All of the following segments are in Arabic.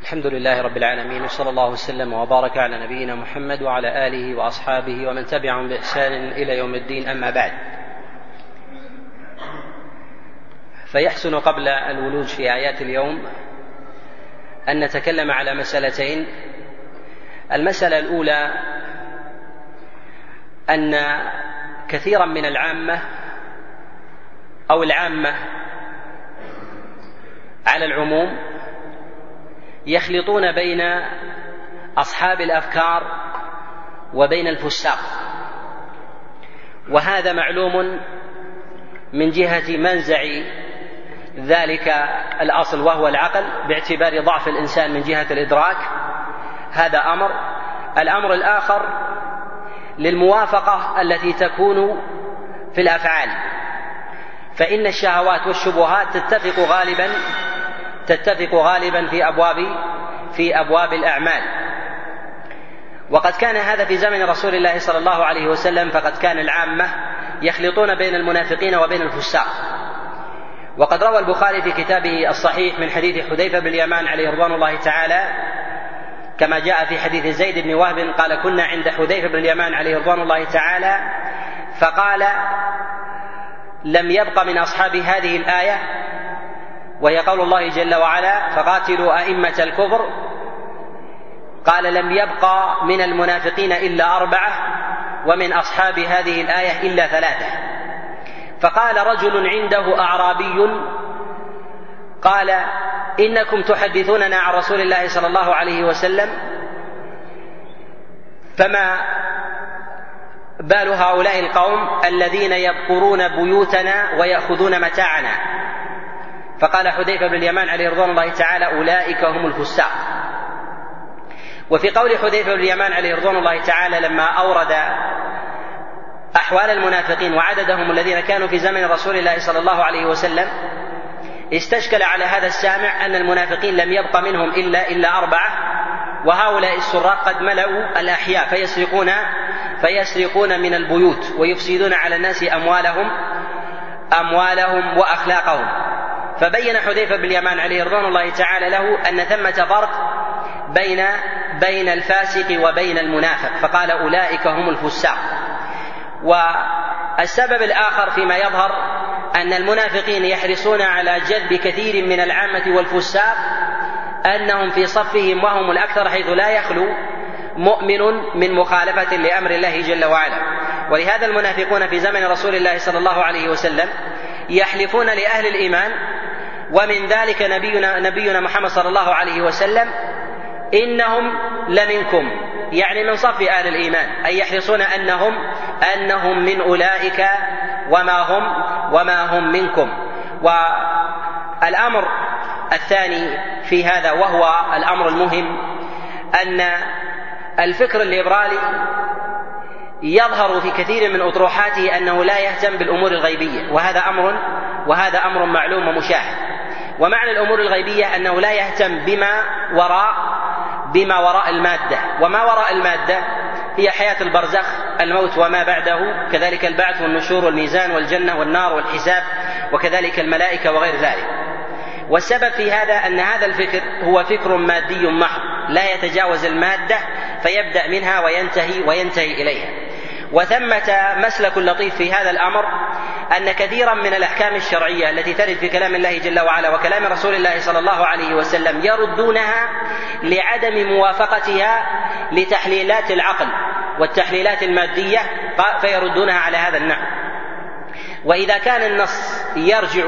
الحمد لله رب العالمين، وصلى الله وسلم وبارك على نبينا محمد وعلى آله وأصحابه ومن تبعهم بإحسان إلى يوم الدين. أما بعد، فيحسن قبل الولوج في آيات اليوم أن نتكلم على مسألتين. المسألة الأولى أن كثيرا من العامة أو العامة على العموم يخلطون بين أصحاب الأفكار وبين الفساق، وهذا معلوم من جهة منزع ذلك الأصل وهو العقل باعتبار ضعف الإنسان من جهة الإدراك. هذا أمر. الأمر الآخر للموافقة التي تكون في الأفعال، فإن الشهوات والشبهات تتفق غالبا في أبواب الأعمال. وقد كان هذا في زمن رسول الله صلى الله عليه وسلم، فقد كان العامة يخلطون بين المنافقين وبين الفساق. وقد روى البخاري في كتابه الصحيح من حديث حذيفة بن اليمان عليه رضوان الله تعالى، كما جاء في حديث زيد بن وهب قال: كنا عند حذيفة بن اليمان عليه رضوان الله تعالى فقال: لم يبق من أصحاب هذه الآية، وهي قول الله جل وعلا: فقاتلوا أئمة الكفر، قال: لم يبق من المنافقين إلا 4، ومن أصحاب هذه الآية إلا 3. فقال رجل عنده أعرابي قال: إنكم تحدثوننا عن رسول الله صلى الله عليه وسلم، فما بال هؤلاء القوم الذين يبقرون بيوتنا ويأخذون متاعنا؟ فقال حذيفة بن اليمان عليه رضوان الله تعالى: أولئك هم الفساق. وفي قول حذيفة بن اليمان عليه رضوان الله تعالى لما أورد أحوال المنافقين وعددهم الذين كانوا في زمن رسول الله صلى الله عليه وسلم، استشكل على هذا السامع أن المنافقين لم يبق منهم إلا 4، وهؤلاء السراق قد ملأوا الأحياء فيسرقون من البيوت ويفسدون على الناس أموالهم وأخلاقهم. فبين حذيفة بن اليمان عليه رضوان الله تعالى له أن ثمة فرق بين الفاسق وبين المنافق، فقال: أولئك هم الفساق. والسبب الآخر فيما يظهر أن المنافقين يحرصون على جذب كثير من العامة والفساق، أنهم في صفهم وهم الأكثر، حيث لا يخلو مؤمن من مخالفة لأمر الله جل وعلا. ولهذا المنافقون في زمن رسول الله صلى الله عليه وسلم يحلفون لأهل الإيمان، ومن ذلك نبينا محمد صلى الله عليه وسلم: إنهم لمنكم، يعني من صف أهل الإيمان، أي يحرصون أنهم من أولئك وما هم منكم. والأمر الثاني في هذا وهو الأمر المهم، أن الفكر الليبرالي يظهر في كثير من أطروحاته أنه لا يهتم بالأمور الغيبية، وهذا أمر معلوم ومشاهد. ومعنى الأمور الغيبية أنه لا يهتم بما وراء المادة، وما وراء المادة هي حياة البرزخ، الموت وما بعده، كذلك البعث والنشور والميزان والجنة والنار والحساب، وكذلك الملائكة وغير ذلك. والسبب في هذا أن هذا الفكر هو فكر مادي محض، لا يتجاوز المادة، فيبدأ منها وينتهي إليها. وثمة مسلك لطيف في هذا الأمر، أن كثيرا من الأحكام الشرعية التي ترد في كلام الله جل وعلا وكلام رسول الله صلى الله عليه وسلم يردونها لعدم موافقتها لتحليلات العقل والتحليلات المادية، فيردونها على هذا النحو. وإذا كان النص يرجع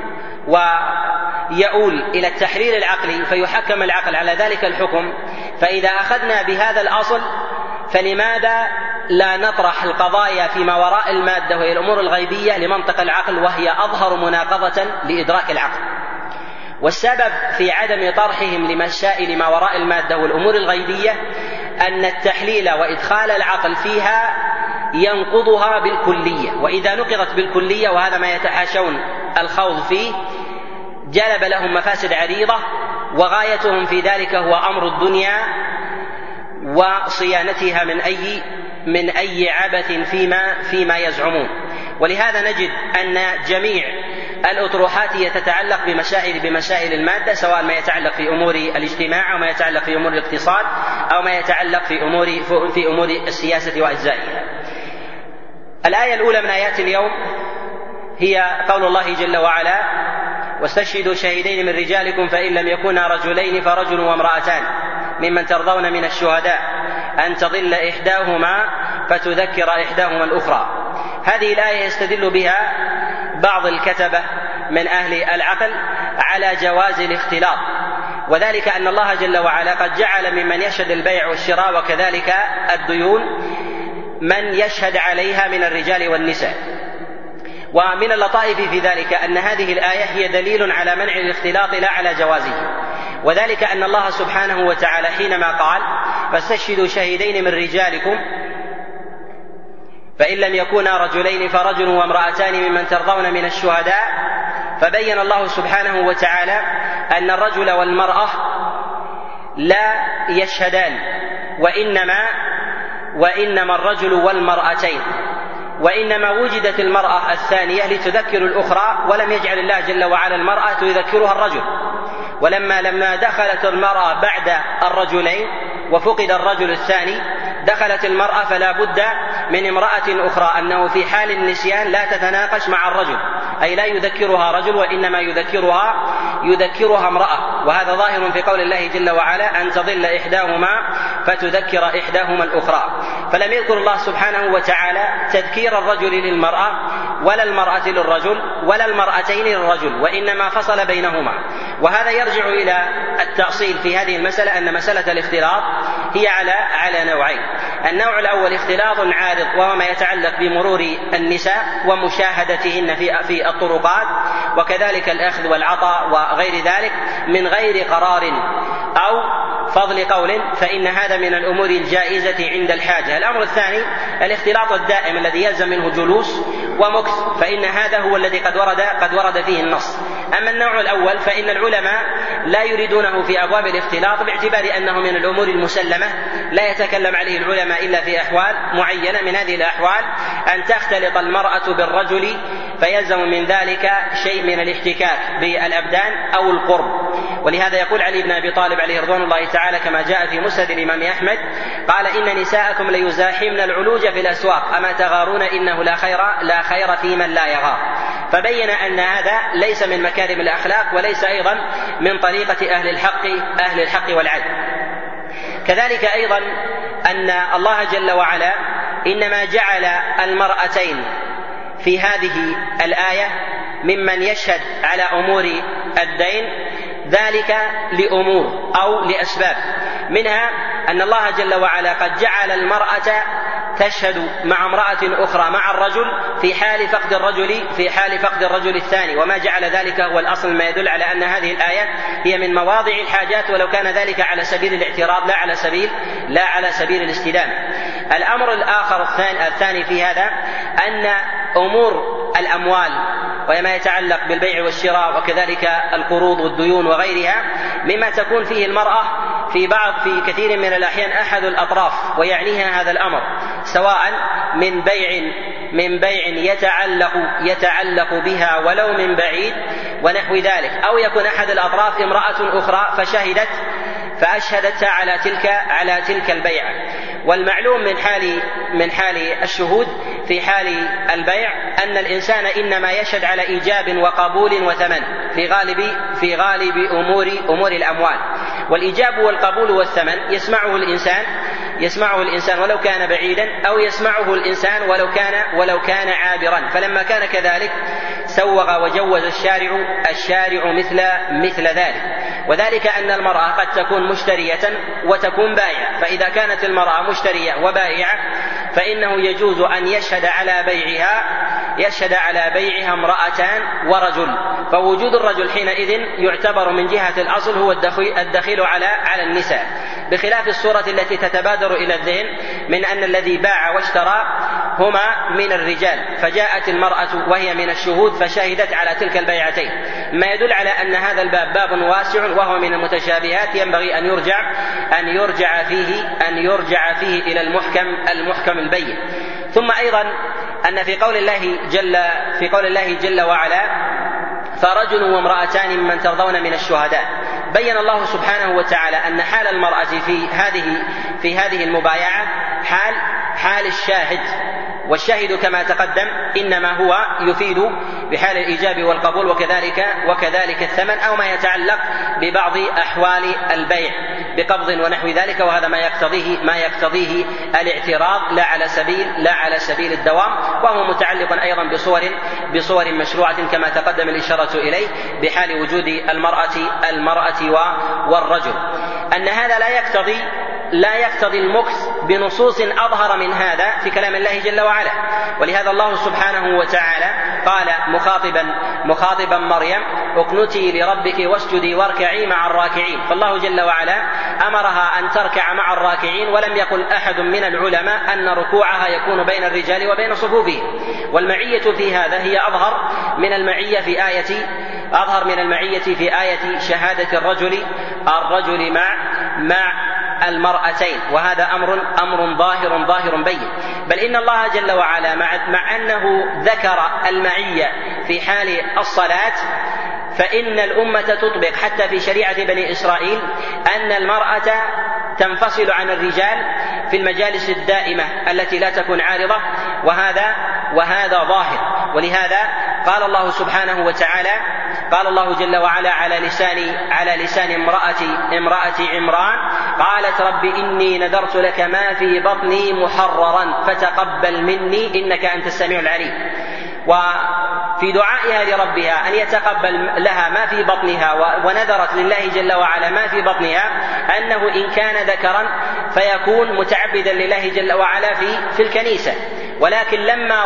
ويؤول إلى التحليل العقلي فيحكم العقل على ذلك الحكم، فإذا أخذنا بهذا الأصل فلماذا لا نطرح القضايا فيما وراء المادة وهي الأمور الغيبية لمنطق العقل، وهي أظهر مناقضة لإدراك العقل. والسبب في عدم طرحهم لمسائل ما وراء المادة والأمور الغيبية أن التحليل وإدخال العقل فيها ينقضها بالكلية، وإذا نقضت بالكلية، وهذا ما يتحاشون الخوض فيه، جلب لهم مفاسد عريضة، وغايتهم في ذلك هو أمر الدنيا وصيانتها من أي عبث فيما يزعمون. ولهذا نجد أن جميع الأطروحات هي تتعلق بمسائل المادة، سواء ما يتعلق في أمور الاجتماع أو ما يتعلق في أمور الاقتصاد أو ما يتعلق في أمور السياسة وأجزائها. الآية الأولى من آيات اليوم هي قول الله جل وعلا: واستشهدوا شهيدين من رجالكم فإن لم يكونا رجلين فرجل وامرأتان ممن ترضون من الشهداء أن تضل إحداهما فتذكر إحداهما الأخرى. هذه الآية يستدل بها بعض الكتبة من أهل العقل على جواز الاختلاط، وذلك أن الله جل وعلا قد جعل ممن يشهد البيع والشراء وكذلك الديون من يشهد عليها من الرجال والنساء. ومن اللطائف في ذلك أن هذه الآية هي دليل على منع الاختلاط لا على جوازه، وذلك أن الله سبحانه وتعالى حينما قال: فاستشهدوا شهيدين من رجالكم فإن لم يكونا رجلين فرجل وامرأتان ممن ترضون من الشهداء، فبين الله سبحانه وتعالى أن الرجل والمرأة لا يشهدان، وإنما الرجل والمرأتين، وإنما وجدت المرأة الثانية لتذكر الأخرى، ولم يجعل الله جل وعلا المرأة يذكرها الرجل. لما دخلت المرأة بعد الرجلين وفقد الرجل الثاني دخلت المرأة، فلا بد من امرأة أخرى أنه في حال النسيان لا تتناقش مع الرجل، أي لا يذكرها رجل وإنما يذكرها امرأة. وهذا ظاهر في قول الله جل وعلا: أن تضل إحداهما فتذكر إحداهما الأخرى. فلم يذكر الله سبحانه وتعالى تذكير الرجل للمرأة ولا المرأة للرجل ولا المرأتين للرجل، وإنما فصل بينهما. وهذا يرجع إلى التأصيل في هذه المسألة، أن مسألة الاختلاط هي على نوعين. النوع الأول اختلاط عارض، وهو ما يتعلق بمرور النساء ومشاهدتهن في الطرقات، وكذلك الأخذ والعطاء وغير ذلك من غير قرار أو فضل قول، فإن هذا من الأمور الجائزة عند الحاجة. الأمر الثاني الاختلاط الدائم الذي يلزم منه جلوس ومكث، فإن هذا هو الذي قد ورد فيه النص. أما النوع الأول فإن العلماء لا يريدونه في أبواب الاختلاط، باعتبار أنه من الأمور المسلمة لا يتكلم عليه العلماء إلا في أحوال معينة. من هذه الأحوال أن تختلط المرأة بالرجل، فيلزم من ذلك شيء من الاحتكاك بالأبدان أو القرب. ولهذا يقول علي بن أبي طالب عليه رضوان الله تعالى كما جاء في مسند الإمام أحمد قال: إن نساءكم ليزاحمن العلوج في الأسواق أما تغارون إنه لا خير في من لا يغار. فبين أن هذا ليس من مكارم الأخلاق، وليس أيضا من طريقة أهل الحق والعدل. كذلك أيضا أن الله جل وعلا إنما جعل المرأتين في هذه الآية ممن يشهد على أمور الدين، ذلك لأمور أو لأسباب، منها أن الله جل وعلا قد جعل المرأة تشهد مع امرأة أخرى مع الرجل في حال فقد الرجل الثاني، وما جعل ذلك هو الأصل، ما يدل على أن هذه الآية هي من مواضع الحاجات، ولو كان ذلك على سبيل الاعتراض لا على سبيل الاستدامة. الأمر الآخر الثاني في هذا أن أمور الأموال وما يتعلق بالبيع والشراء وكذلك القروض والديون وغيرها مما تكون فيه المرأة في كثير من الأحيان أحد الأطراف ويعنيها هذا الأمر، سواء من بيع يتعلق بها ولو من بعيد ونحو ذلك، أو يكون أحد الأطراف امرأة أخرى فأشهدتها على تلك البيعة. والمعلوم من حال الشهود في حال البيع أن الإنسان إنما يشهد على إيجاب وقبول وثمن في غالب أمور الأموال، والإيجاب والقبول والثمن يسمعه الإنسان ولو كان بعيدا، أو يسمعه الإنسان ولو كان عابرا. فلما كان كذلك سوغ وجوز الشارع مثل ذلك، وذلك أن المرأة قد تكون مشترية وتكون بائعة، فإذا كانت المرأة مشترية وبائعة فإنه يجوز أن يشهد على بيعها امرأتان ورجل، فوجود الرجل حينئذ يعتبر من جهة الأصل هو الدخيل على النساء، بخلاف الصورة التي تتبادر إلى الذهن من أن الذي باع واشترى هما من الرجال، فجاءت المرأة وهي من الشهود فشهدت على تلك البيعتين، ما يدل على أن هذا الباب باب واسع وهو من المتشابهات ينبغي أن يرجع فيه إلى المحكم البين. ثم أيضا أن في قول الله جل وعلا فرجل وامرأتان ممن ترضون من الشهداء. بين الله سبحانه وتعالى أن حال المرأة في هذه المبايعة حال الشاهد، والشاهد كما تقدم إنما هو يفيد بحال الإيجاب والقبول وكذلك الثمن أو ما يتعلق ببعض أحوال البيع بقبض ونحو ذلك، وهذا ما يقتضيه الاعتراض لا على سبيل الدوام، وهو متعلق أيضا بصور مشروعة كما تقدم الإشارة إليه بحال وجود المرأة والرجل. أن هذا لا يقتضي المكث بنصوص أظهر من هذا في كلام الله جل وعلا، ولهذا الله سبحانه وتعالى قال مخاطبا مريم: اقنتي لربك واسجدي واركعي مع الراكعين. فالله جل وعلا أمرها أن تركع مع الراكعين، ولم يقل أحد من العلماء أن ركوعها يكون بين الرجال وبين صفوفهم، والمعية في هذا هي أظهر من المعية في آية شهادة الرجل مع المرأتين، وهذا أمر ظاهر بين. بل إن الله جل وعلا مع أنه ذكر المعية في حال الصلاة، فإن الأمة تطبق حتى في شريعة بني إسرائيل أن المرأة تنفصل عن الرجال في المجالس الدائمة التي لا تكون عارضة، وهذا ظاهر. ولهذا قال الله سبحانه وتعالى، قال الله جل وعلا على لسان امرأة عمران: قالت رب إني نذرت لك ما في بطني محررا فتقبل مني إنك أنت السميع العليم. وفي دعائها لربها أن يتقبل لها ما في بطنها، ونذرت لله جل وعلا ما في بطنها أنه إن كان ذكرا فيكون متعبدا لله جل وعلا في الكنيسة، ولكن لما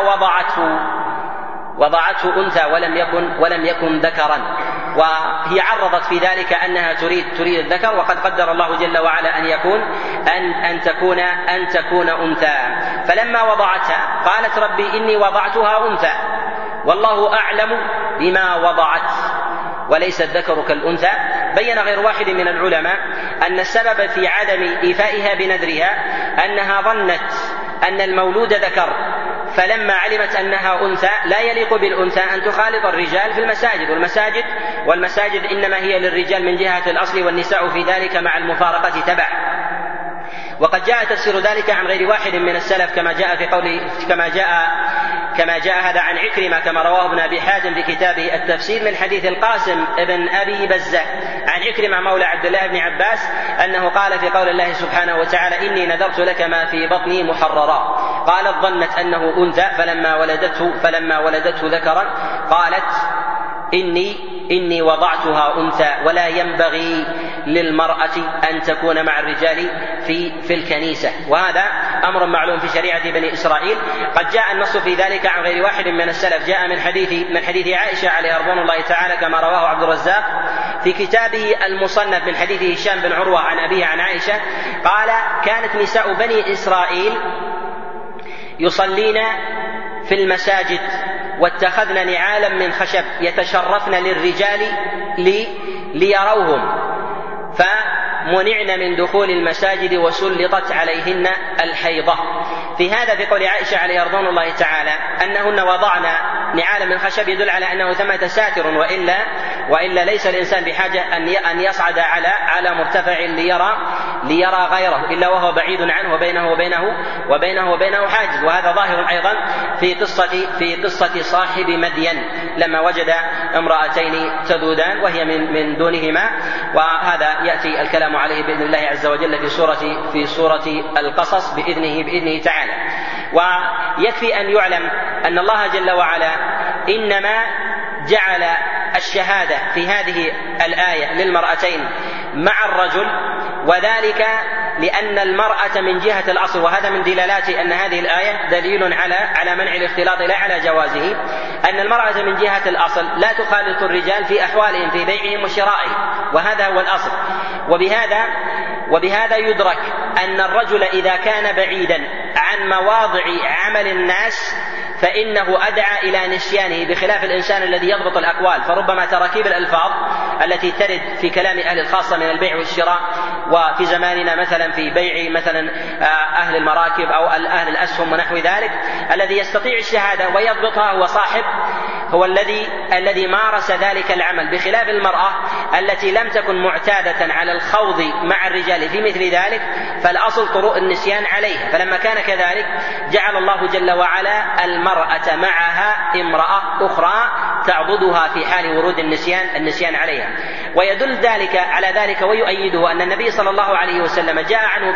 وضعته أنثى ولم يكن ذكرا، وهي عرضت في ذلك أنها تريد الذكر، وقد قدر الله جل وعلا أن تكون أنثى. فلما وضعتها قالت ربي إني وضعتها أنثى والله أعلم بما وضعت وليس الذكر كالأنثى. بين غير واحد من العلماء أن السبب في عدم إيفائها بنذرها أنها ظنت أن المولود ذكر، فلما علمت أنها أنثى لا يليق بالأنثى أن تخالط الرجال في المساجد، والمساجد إنما هي للرجال من جهة الأصل، والنساء في ذلك مع المفارقة تبع. وقد جاء تفسير ذلك عن غير واحد من السلف كما جاء هذا عن عكرمة كما رواه ابن أبي حاتم في كتابه التفسير من حديث القاسم ابن أبي بزة عن عكرمة مولى عبد الله بن عباس أنه قال في قول الله سبحانه وتعالى: إني نذرت لك ما في بطني محررا. قالت ظنت أنه أنثى، فلما ولدته ذكرا قالت: إني وضعتها أنثى ولا ينبغي للمرأة أن تكون مع الرجال في الكنيسة. وهذا أمر معلوم في شريعة بني إسرائيل. قد جاء النص في ذلك عن غير واحد من السلف، جاء من حديث عائشة عليها رضوان الله تعالى كما رواه عبد الرزاق في كتابه المصنف من حديث هشام بن عروة عن أبيه عن عائشة قال: كانت نساء بني إسرائيل يصلين في المساجد واتخذن نعالا من خشب يتشرفن للرجال ليروهم، فمنعن من دخول المساجد وسلطت عليهن الحيضة. في هذا في قول عائشة عليها رضوان الله تعالى أنهن وضعن نعالا من خشب يدل على أنه ثمة ساتر، وإلا ليس الإنسان بحاجة أن يصعد على مرتفع ليرى غيره، إلا وهو بعيد عنه وبينه حاجز. وهذا ظاهر أيضا في قصة صاحب مدين لما وجد امرأتين تذودان وهي من دونهما، وهذا يأتي الكلام عليه بإذن الله عز وجل في سورة القصص بإذنه تعالى. ويكفي أن يعلم أن الله جل وعلا إنما جعل الشهادة في هذه الآية للمرأتين مع الرجل، وذلك لأن المرأة من جهة الأصل، وهذا من دلالات أن هذه الآية دليل على منع الاختلاط لا على جوازه، أن المرأة من جهة الأصل لا تخالط الرجال في أحوالهم في بيعهم وشرائهم، وهذا هو الأصل. وبهذا يدرك أن الرجل إذا كان بعيدا عن مواضع عمل الناس فإنه أدعى إلى نسيانه، بخلاف الإنسان الذي يضبط الأقوال، فربما تراكيب الألفاظ التي ترد في كلام أهل الخاصة من البيع والشراء وفي زماننا مثلا في بيع مثلا أهل المراكب أو أهل الأسهم ونحو ذلك، الذي يستطيع الشهادة ويضبطها هو الذي مارس ذلك العمل، بخلاف المرأة التي لم تكن معتادة على الخوض مع الرجال في مثل ذلك، فالأصل طرق النسيان عليها. فلما كان كذلك جعل الله جل وعلا المرأة معها امرأة أخرى تعضدها في حال ورود النسيان عليها. ويدل ذلك على ذلك ويؤيده أن النبي صلى الله عليه وسلم جاء عنه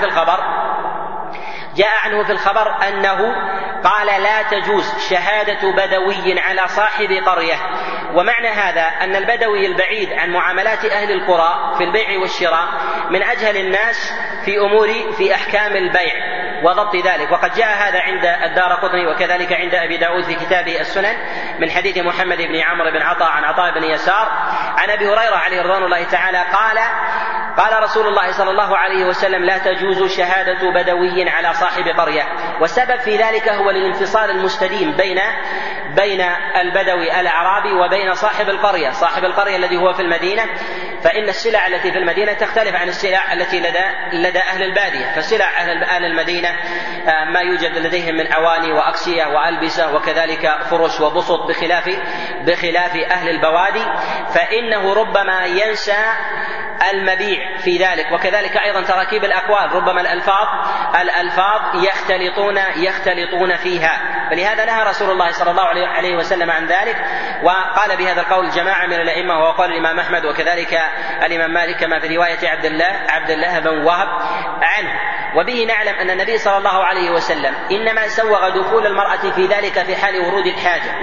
في الخبر أنه قال: لا تجوز شهادة بدوي على صاحب قرية. ومعنى هذا أن البدوي البعيد عن معاملات أهل القرى في البيع والشراء من أجهل الناس في أحكام البيع وضبط ذلك. وقد جاء هذا عند الدارقطني وكذلك عند أبي داود في كتابه السنن من حديث محمد بن عمرو بن عطاء عن عطاء بن يسار عن أبي هريرة عليه رضوان الله تعالى قال رسول الله صلى الله عليه وسلم: لا تجوز شهادة بدوي على صاحب قرية. والسبب في ذلك هو الانفصال المستديم بين البدوي الأعرابي وبين صاحب القرية الذي هو في المدينة، فإن السلع التي في المدينة تختلف عن السلع التي لدى أهل البادية. فسلع أهل المدينة ما يوجد لديهم من أواني وأكسية وألبسة وكذلك فرش وبسط، بخلاف أهل البوادي، فإنه ربما ينسى المبيع في ذلك. وكذلك أيضا تراكيب الأقوال، ربما الألفاظ يختلطون فيها. فلهذا نهى رسول الله صلى الله عليه وسلم عن ذلك، وقال بهذا القول جماعة من الأئمة، وهو قول الإمام أحمد وكذلك الإمام مالك كما في رواية عبد الله بن وهب عنه. وبه نعلم أن النبي صلى الله عليه وسلم إنما سوغ دخول المرأة في ذلك في حال ورود الحاجة،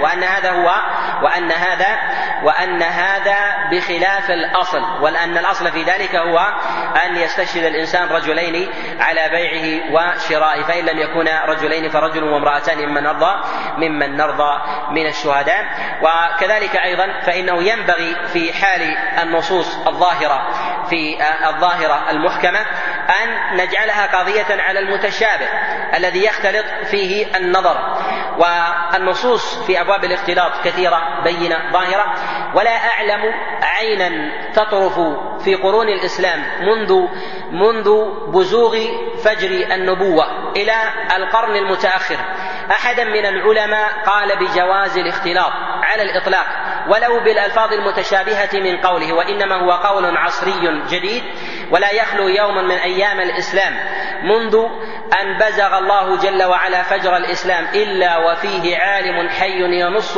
وأن هذا بخلاف الأصل، وأن الأصل في ذلك هو أن يستشهد الإنسان رجلين على بيعه وشرائه، فإن لم يكونا رجلين فرجل وامرأتان ممن نرضى من الشهداء. وكذلك أيضا فإنه ينبغي في حال النصوص الظاهرة المحكمة أن نجعلها قاضية على المتشابه الذي يختلط فيه النظر. والنصوص في أبواب الاختلاط كثيرة بينة ظاهرة، ولا أعلم عينا تطرف في قرون الإسلام منذ بزوغ فجر النبوة إلى القرن المتأخر أحدا من العلماء قال بجواز الاختلاط على الإطلاق ولو بالألفاظ المتشابهة من قوله، وإنما هو قول عصري جديد ولا يخلو يوما من أيام الإسلام منذ أن بزغ الله جل وعلا فجر الإسلام إلا وفيه عالم حي ينص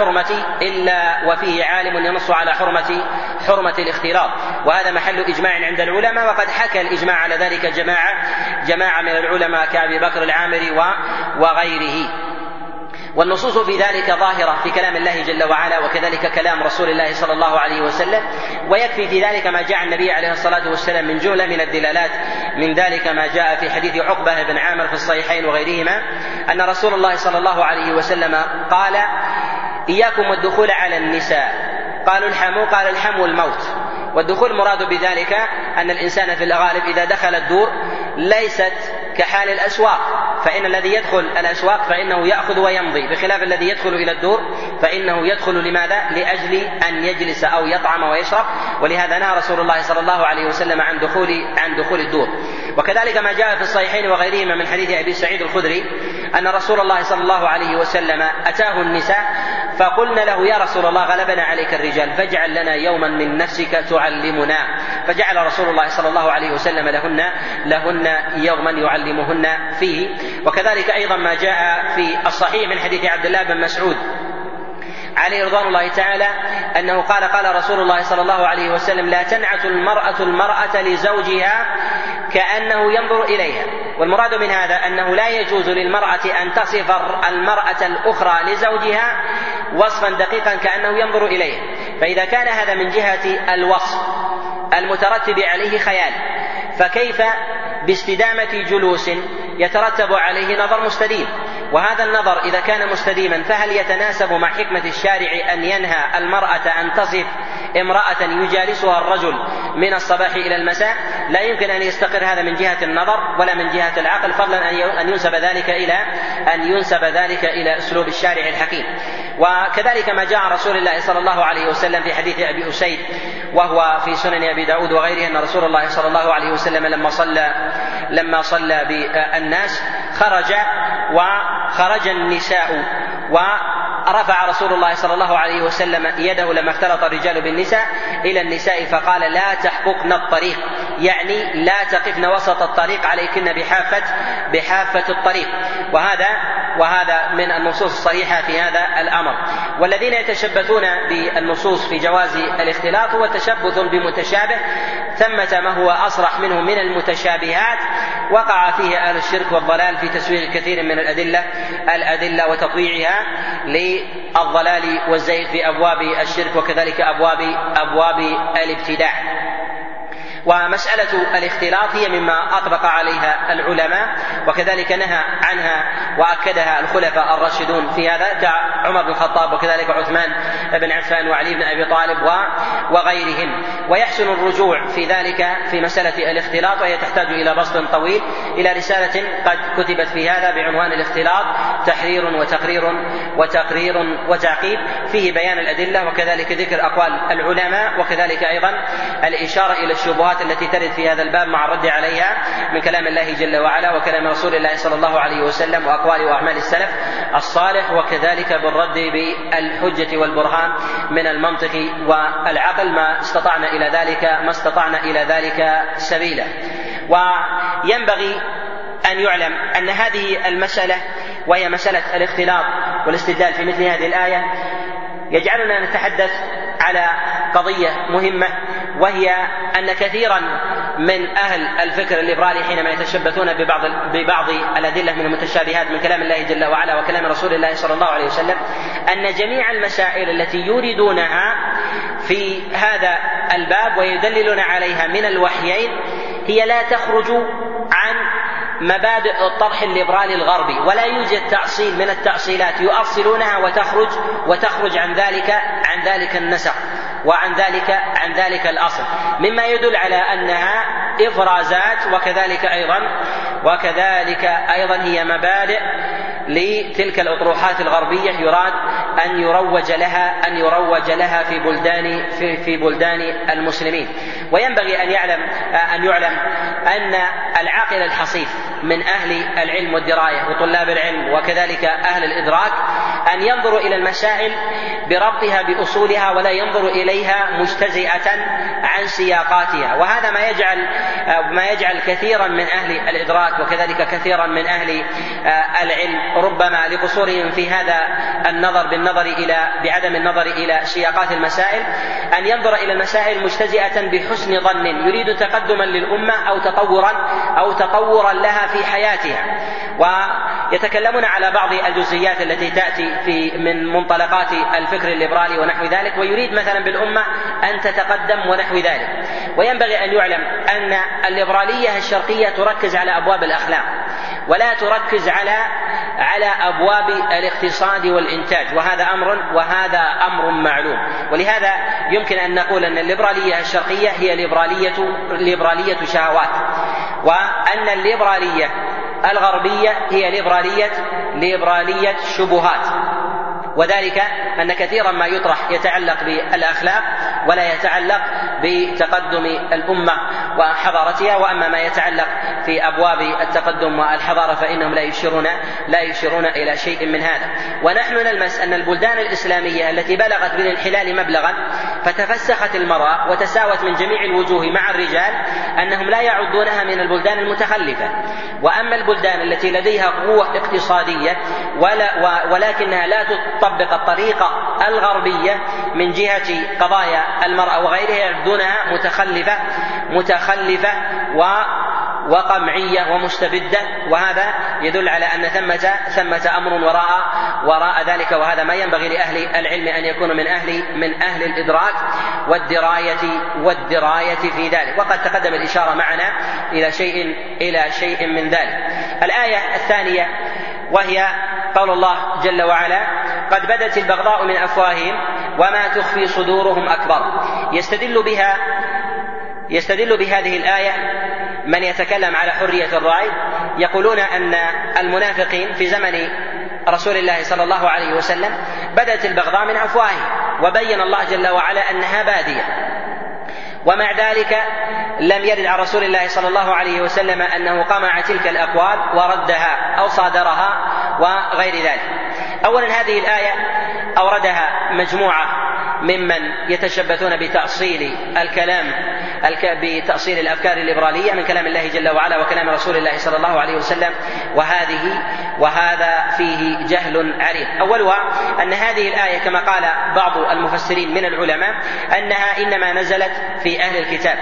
على حرمة الاختلاط. وهذا محل إجماع عند العلماء، وقد حكى الإجماع على ذلك جماعة من العلماء كأبي بكر العامري وغيره. والنصوص في ذلك ظاهرة في كلام الله جل وعلا وكذلك كلام رسول الله صلى الله عليه وسلم. ويكفي في ذلك ما جاء النبي عليه الصلاة والسلام من جملة من الدلالات، من ذلك ما جاء في حديث عقبة بن عامر في الصحيحين وغيرهما أن رسول الله صلى الله عليه وسلم قال: إياكم والدخول على النساء. قالوا الحمو، قال الحمو الموت. والدخول مراد بذلك أن الإنسان في الغالب إذا دخل الدور ليست كحال الأسواق، فإن الذي يدخل الأسواق فإنه يأخذ ويمضي، بخلاف الذي يدخل إلى الدور فإنه يدخل لماذا؟ لأجل أن يجلس أو يطعم ويشرب. ولهذا نهى رسول الله صلى الله عليه وسلم عن دخول الدور. وكذلك ما جاء في الصحيحين وغيرهما من حديث أبي سعيد الخدري أن رسول الله صلى الله عليه وسلم أتاه النساء فقلنا له: يا رسول الله غلبنا عليك الرجال فاجعل لنا يوما من نفسك تعلمنا. فجعل رسول الله صلى الله عليه وسلم لهن يوما يعلمهن فيه. وكذلك أيضا ما جاء في الصحيح من حديث عبد الله بن مسعود عليه رضوان الله تعالى أنه قال رسول الله صلى الله عليه وسلم: لا تنعت المرأة لزوجها كأنه ينظر إليها. والمراد من هذا أنه لا يجوز للمرأة أن تصف المرأة الأخرى لزوجها وصفا دقيقا كأنه ينظر إليها. فإذا كان هذا من جهة الوصف المترتب عليه خيال، فكيف باستدامة جلوس يترتب عليه نظر مستديم؟ وهذا النظر إذا كان مستديما فهل يتناسب مع حكمة الشارع أن ينهى المرأة أن تصف امرأة يجالسها الرجل من الصباح إلى المساء؟ لا يمكن أن يستقر هذا من جهة النظر ولا من جهة العقل، فضلا أن ينسب ذلك إلى أسلوب الشارع الحكيم. وكذلك ما جاء عن رسول الله صلى الله عليه وسلم في حديث أبي أسيد وهو في سنن أبي داود وغيره أن رسول الله صلى الله عليه وسلم لما صلى بالناس خرج النساء ورفع رسول الله صلى الله عليه وسلم يده لما اختلط الرجال بالنساء إلى النساء فقال لا تحققن الطريق، يعني لا تقفن وسط الطريق عليكن بحافة الطريق. وهذا من النصوص الصريحة في هذا الأمر. والذين يتشبثون بالنصوص في جواز الاختلاط هو تشبث بمتشابه، ثمة ما هو أصرح منه من المتشابهات وقع فيه أهل الشرك والضلال في تسويغ كثير من الأدلة وتطويعها للضلال والزيغ في أبواب الشرك وكذلك أبواب الابتداع. ومسألة الاختلاط هي مما أطبق عليها العلماء وكذلك نهى عنها وأكدها الخلفاء الراشدون في هذا كعمر بن الخطاب وكذلك عثمان بن عفان وعلي بن أبي طالب وغيرهم. ويحسن الرجوع في ذلك في مسألة الاختلاط، وهي تحتاج إلى بسط طويل، إلى رسالة قد كتبت في هذا بعنوان الاختلاط تحرير وتقرير وتعقيب، فيه بيان الأدلة وكذلك ذكر أقوال العلماء وكذلك أيضا الإشارة إلى الشبهات التي ترد في هذا الباب مع الرد عليها من كلام الله جل وعلا وكلام رسول الله صلى الله عليه وسلم وأقوال وأعمال السلف الصالح، وكذلك بالرد بالحجة والبرهان من المنطق والعقل ما استطعنا إلى ذلك سبيلا. وينبغي أن يعلم أن هذه المسألة وهي مسألة الاختلاط والاستدلال في مثل هذه الآية يجعلنا نتحدث على قضية مهمة، وهي أن كثيرا من أهل الفكر الليبرالي حينما يتشبثون ببعض الأدلة من المتشابهات من كلام الله جل وعلا وكلام رسول الله صلى الله عليه وسلم أن جميع المسائل التي يريدونها في هذا الباب ويدللون عليها من الوحيين هي لا تخرج عن مبادئ الطرح الليبرالي الغربي، ولا يوجد تأصيل من التأصيلات يؤصلونها وتخرج عن ذلك النسق وعن ذلك الأصل، مما يدل على أنها إفرازات وكذلك أيضا هي مبادئ لتلك الأطروحات الغربية يراد أن يروج لها في بلدان المسلمين. وينبغي أن يعلم أن العاقل الحصيف من أهل العلم والدراية وطلاب العلم وكذلك أهل الإدراك أن ينظروا إلى المسائل بربطها بأصولها ولا ينظر إليها مجتزئة عن سياقاتها، وهذا ما يجعل كثيرا من أهل الإدراك وكذلك كثيرا من أهل العلم ربما لقصورهم في هذا النظر بعدم النظر إلى سياقات المسائل أن ينظر إلى المسائل مجتزئة بحسن ظن يريد تقدما للأمة أو تطورا لها في حياتها، ويتكلمون على بعض الجزئيات التي تأتي من منطلقات الفكر الليبرالي ونحو ذلك، ويريد مثلا بالأمة أن تتقدم ونحو ذلك. وينبغي أن يعلم أن الليبرالية الشرقية تركز على أبواب الأخلاق ولا تركز على أبواب الاقتصاد والإنتاج، وهذا أمر معلوم. ولهذا يمكن أن نقول أن الليبرالية الشرقية هي ليبرالية شهوات، وأن الليبرالية الغربية هي ليبرالية شبهات، وذلك أن كثيرا ما يطرح يتعلق بالأخلاق ولا يتعلق بتقدم الأمة وحضارتها، وأما ما يتعلق في أبواب التقدم والحضارة فإنهم لا يشيرون إلى شيء من هذا. ونحن نلمس أن البلدان الإسلامية التي بلغت بالانحلال مبلغا فتفسخت المرأة وتساوت من جميع الوجوه مع الرجال أنهم لا يعدونها من البلدان المتخلفة. وأما البلدان التي لديها قوة اقتصادية ولكنها لا تطبق الطريقة الغربية من جهة قضايا المرأة وغيرها يعدونها متخلفة وقمعية ومستبدة، وهذا يدل على أن ثمة أمر وراء ذلك، وهذا ما ينبغي لأهل العلم أن يكونوا من أهل الإدراك والدراية في ذلك. وقد تقدم الإشارة معنا إلى شيء من ذلك. الآية الثانية وهي قول الله جل وعلا قد بدت البغضاء من أفواههم وما تخفي صدورهم أكبر. يستدل بهذه الآية من يتكلم على حرية الرأي، يقولون أن المنافقين في زمن رسول الله صلى الله عليه وسلم بدت البغضاء من أفواههم، وبين الله جل وعلا أنها بادية، ومع ذلك لم يرد عن رسول الله صلى الله عليه وسلم أنه قمع تلك الأقوال وردها أو صادرها وغير ذلك. أولا هذه الآية أوردها مجموعة ممن يتشبثون بتأصيل الكلام بتأصيل الأفكار الليبرالية من كلام الله جل وعلا وكلام رسول الله صلى الله عليه وسلم، وهذا فيه جهل عريض. أولها أن هذه الآية كما قال بعض المفسرين من العلماء أنها إنما نزلت في أهل الكتاب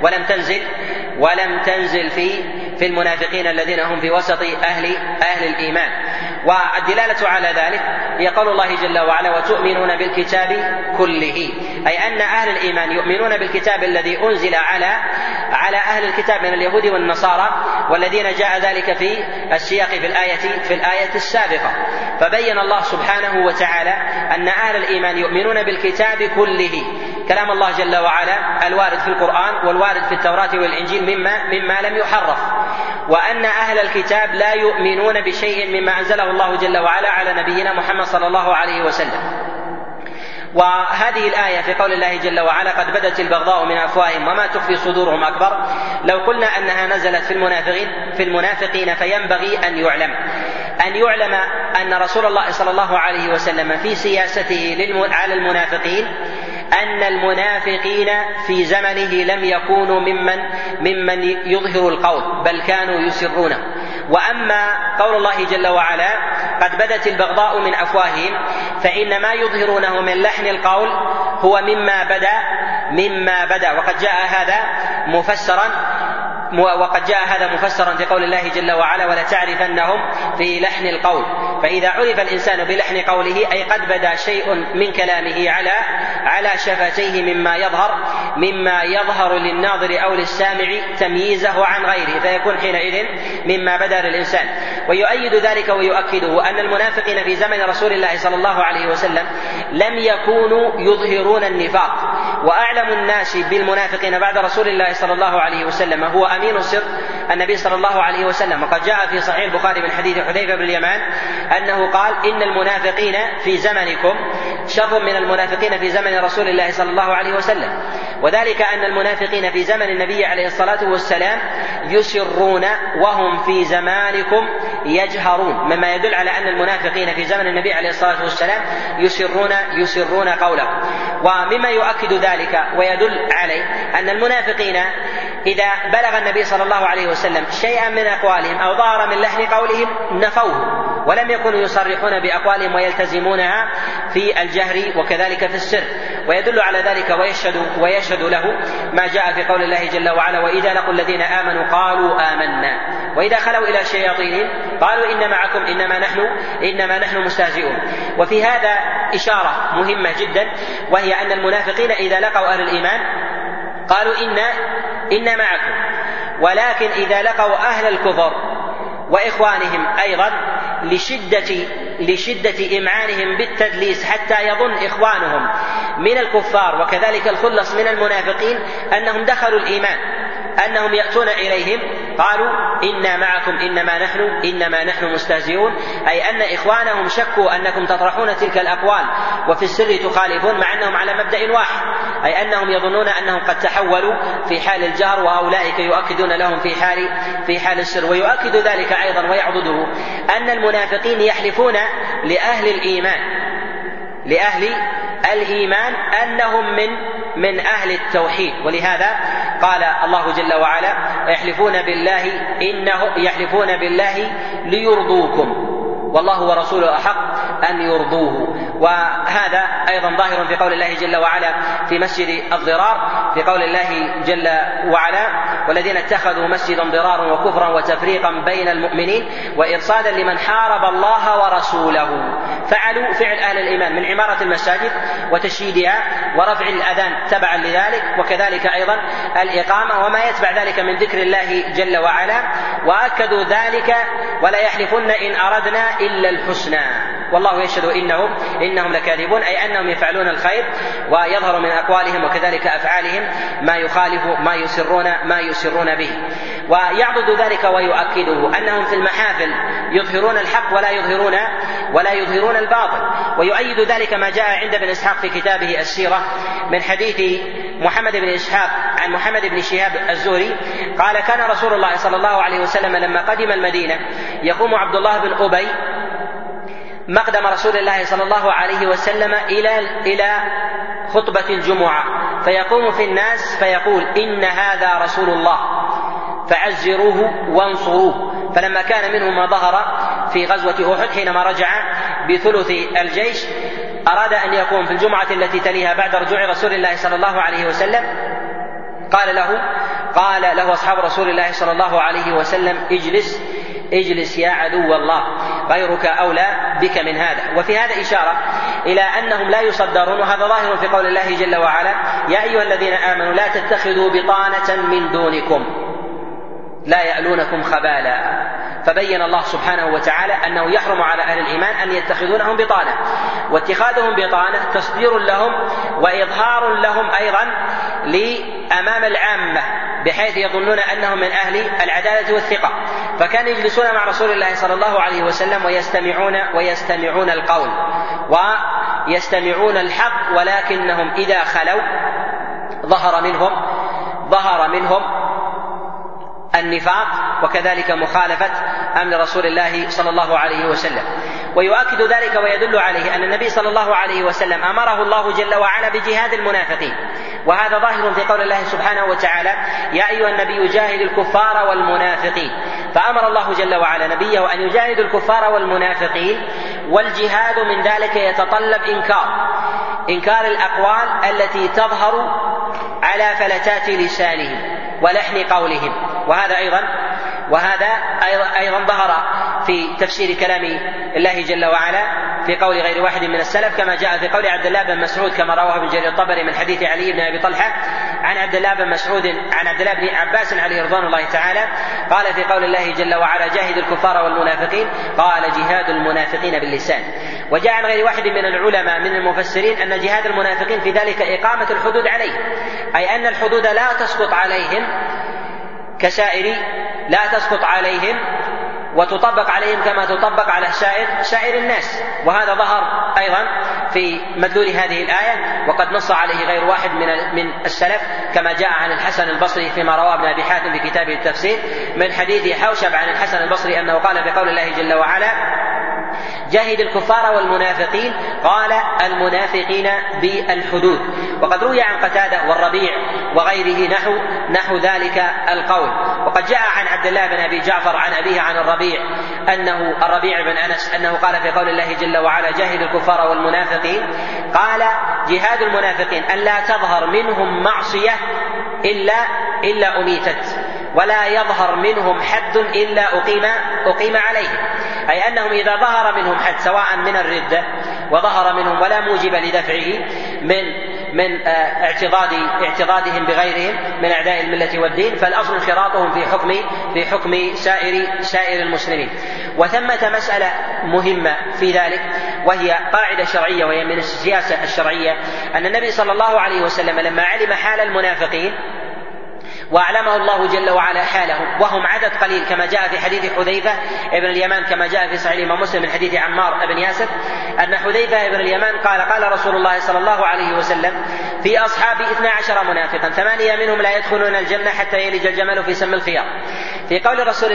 ولم تنزل في المنافقين الذين هم في وسط أهل الإيمان. والدلالة على ذلك هي قول الله جل وعلا وتؤمنون بالكتاب كله، أي أن أهل الإيمان يؤمنون بالكتاب الذي أنزل على أهل الكتاب من اليهود والنصارى، والذين جاء ذلك في السياق في الآية السابقة. فبين الله سبحانه وتعالى أن أهل الإيمان يؤمنون بالكتاب كله، كلام الله جل وعلا الوارد في القرآن والوارد في التوراة والإنجيل مما لم يحرف، وأن أهل الكتاب لا يؤمنون بشيء مما أنزله الله جل وعلا على نبينا محمد صلى الله عليه وسلم. وهذه الآية في قول الله جل وعلا قد بدت البغضاء من أفواههم وما تخفي صدورهم أكبر، لو قلنا أنها نزلت في المنافقين فينبغي أن يعلم أن رسول الله صلى الله عليه وسلم في سياسته على المنافقين أن المنافقين في زمنه لم يكونوا ممن يظهر القول، بل كانوا يسرونه. وأما قول الله جل وعلا قد بدت البغضاء من أفواههم، فإن ما يظهرونه من لحن القول هو مما بدأ، وقد جاء هذا مفسرا في قول الله جل وعلا ولتعرفنهم في لحن القول. فإذا عرف الإنسان بلحن قوله أي قد بدا شيء من كلامه على شفتيه مما يظهر للناظر أو للسامع تمييزه عن غيره، فيكون حينئذ مما بدا للإنسان. ويؤيد ذلك ويؤكده أن المنافقين في زمن رسول الله صلى الله عليه وسلم لم يكونوا يظهرون النفاق، وأعلم الناس بالمنافقين بعد رسول الله صلى الله عليه وسلم هو أمين سر النبي صلى الله عليه وسلم. وقد جاء في صحيح البخاري من حديث حذيفة بن اليمان أنه قال إن المنافقين في زمنكم شر من المنافقين في زمن رسول الله صلى الله عليه وسلم، وذلك أن المنافقين في زمن النبي عليه الصلاة والسلام يسرون وهم في زمانكم يجهرون، مما يدل على أن المنافقين في زمن النبي عليه الصلاة والسلام يسرون قوله. ومما يؤكد ذلك ويدل عليه أن المنافقين إذا بلغ النبي صلى الله عليه وسلم شيئا من أقوالهم أو ظهر من لحن قولهم نفوه، ولم يكونوا يصرحون بأقوالهم ويلتزمونها في الجهر وكذلك في السر. ويدل على ذلك ويشهد له ما جاء في قول الله جل وعلا وإذا لقوا الذين آمنوا قالوا آمنا وإذا خلوا إلى شياطينهم قالوا إن معكم إنما نحن مستهزئون. وفي هذا إشارة مهمة جدا، وهي أن المنافقين إذا لقوا أهل الإيمان قالوا إنا معكم، ولكن إذا لقوا أهل الكفر وإخوانهم أيضا لشدة إمعانهم بالتدليس حتى يظن إخوانهم من الكفار وكذلك الخلص من المنافقين أنهم دخلوا الإيمان، أنهم يأتون إليهم قالوا إنا معكم إنما نحن مستهزئون، أي أن إخوانهم شكوا أنكم تطرحون تلك الأقوال وفي السر تخالفون مع أنهم على مبدأ واحد، أي أنهم يظنون أنهم قد تحولوا في حال الجهر وأولئك يؤكدون لهم في حال السر. ويؤكد ذلك أيضا ويعضده أن المنافقين يحلفون لأهل الإيمان أنهم من أهل التوحيد، ولهذا قال الله جل وعلا يحلفون بالله ليرضوكم والله ورسوله أحق أن يرضوه. وهذا أيضا ظاهر في قول الله جل وعلا في مسجد الضرار، في قول الله جل وعلا والذين اتخذوا مسجدا ضرارا وكفرا وتفريقا بين المؤمنين وإرصادا لمن حارب الله ورسوله. فعلوا فعل أهل الإيمان من عمارة المساجد وتشييدها ورفع الأذان تبعا لذلك، وكذلك أيضا الإقامة وما يتبع ذلك من ذكر الله جل وعلا، وأكدوا ذلك ولا يحلفن إن أردنا إلا الحسنى والله يشهد إنهم لكاذبون، أي أنهم يفعلون الخير ويظهر من أقوالهم وكذلك أفعالهم ما يخالف ما يسرون به. ويعضد ذلك ويؤكده أنهم في المحافل يظهرون الحق ولا يظهرون الباطل. ويؤيد ذلك ما جاء عند ابن إسحاق في كتابه السيرة من حديث محمد بن إسحاق عن محمد بن شهاب الزهري قال: كان رسول الله صلى الله عليه وسلم لما قدم المدينة يقوم عبد الله بن أبي مقدم رسول الله صلى الله عليه وسلم إلى خطبة الجمعة، فيقوم في الناس فيقول: إن هذا رسول الله فعزروه وانصروه. فلما كان منهم ما ظهر في غزوة أحد حينما رجع بثلث الجيش أراد أن يقوم في الجمعة التي تليها بعد رجوع رسول الله صلى الله عليه وسلم، قال له أصحاب رسول الله صلى الله عليه وسلم: اجلس يا عدو الله، غيرك أولى بك من هذا. وفي هذا إشارة إلى أنهم لا يصدرون، وهذا ظاهر في قول الله جل وعلا: يا أيها الذين آمنوا لا تتخذوا بطانة من دونكم لا يألونكم خبالا. فبين الله سبحانه وتعالى أنه يحرم على أهل الإيمان أن يتخذونهم بطانة، واتخاذهم بطانة تصدير لهم وإظهار لهم أيضا لأمام العامة، بحيث يظنون أنهم من أهل العدالة والثقة. فكانوا يجلسون مع رسول الله صلى الله عليه وسلم ويستمعون القول ويستمعون الحق، ولكنهم إذا خلوا ظهر منهم النفاق وكذلك مخالفة أمر رسول الله صلى الله عليه وسلم. ويؤكد ذلك ويدل عليه أن النبي صلى الله عليه وسلم أمره الله جل وعلا بجهاد المنافقين، وهذا ظاهر في قول الله سبحانه وتعالى: يا أيها النبي جاهد الكفار والمنافقين. فأمر الله جل وعلا نبيه أن يجاهد الكفار والمنافقين، والجهاد من ذلك يتطلب إنكار الأقوال التي تظهر على فلتات لسانهم ولحن قولهم. وهذا أيضا ظهر في تفسير كلام الله جل وعلا في قول غير واحد من السلف، كما جاء في قول عبد الله بن مسعود كما رواه ابن جرير الطبري من حديث علي بن أبي طلحة عن عبد الله بن مسعود عن عبد الله بن عباس عليه رضوان الله تعالى قال في قول الله جل وعلا: جاهد الكفار والمنافقين، قال: جهاد المنافقين باللسان. وجاء عن غير واحد من العلماء من المفسرين أن جهاد المنافقين في ذلك إقامة الحدود عليه، أي أن الحدود لا تسقط عليهم لا تسقط عليهم وتطبق عليهم كما تطبق على سائر الناس. وهذا ظهر أيضا في مدلول هذه الآية، وقد نص عليه غير واحد من السلف كما جاء عن الحسن البصري فيما رواه ابن أبي حاتم في كتابه التفسير من حديث حوشب عن الحسن البصري أنه قال في قول الله جل وعلا: جاهد الكفار والمنافقين، قال: المنافقين بالحدود. وقد روي عن قتادة والربيع وغيره نحو ذلك القول. وقد جاء عن عبد الله بن أبي جعفر عن أبيه عن الربيع بن أنس أنه قال في قول الله جل وعلا: جاهد الكفار والمنافقين، قال: جهاد المنافقين أن لا تظهر منهم معصية إلا أميتت، ولا يظهر منهم حد إلا أقيم عليه، أي أنهم إذا ظهر منهم حد سواء من الردة وظهر منهم ولا موجب لدفعه من اعتضادهم بغيرهم من أعداء الملة والدين، فالأصل انخراطهم في حكم سائر المسلمين. وثمة مسألة مهمة في ذلك، وهي قاعدة شرعية وهي من السياسة الشرعية، أن النبي صلى الله عليه وسلم لما علم حال المنافقين وأعلمه الله جل وعلا حالهم وهم عدد قليل كما جاء في حديث حذيفة ابن اليمان كما جاء في صحيح الإمام مسلم من حديث عمار بن ياسر أن حذيفة ابن اليمان قال رسول الله صلى الله عليه وسلم: في أصحابي 12 منافقا 8 منهم لا يدخلون الجنة حتى يلج الجمل في سم الخياط. في قول رسول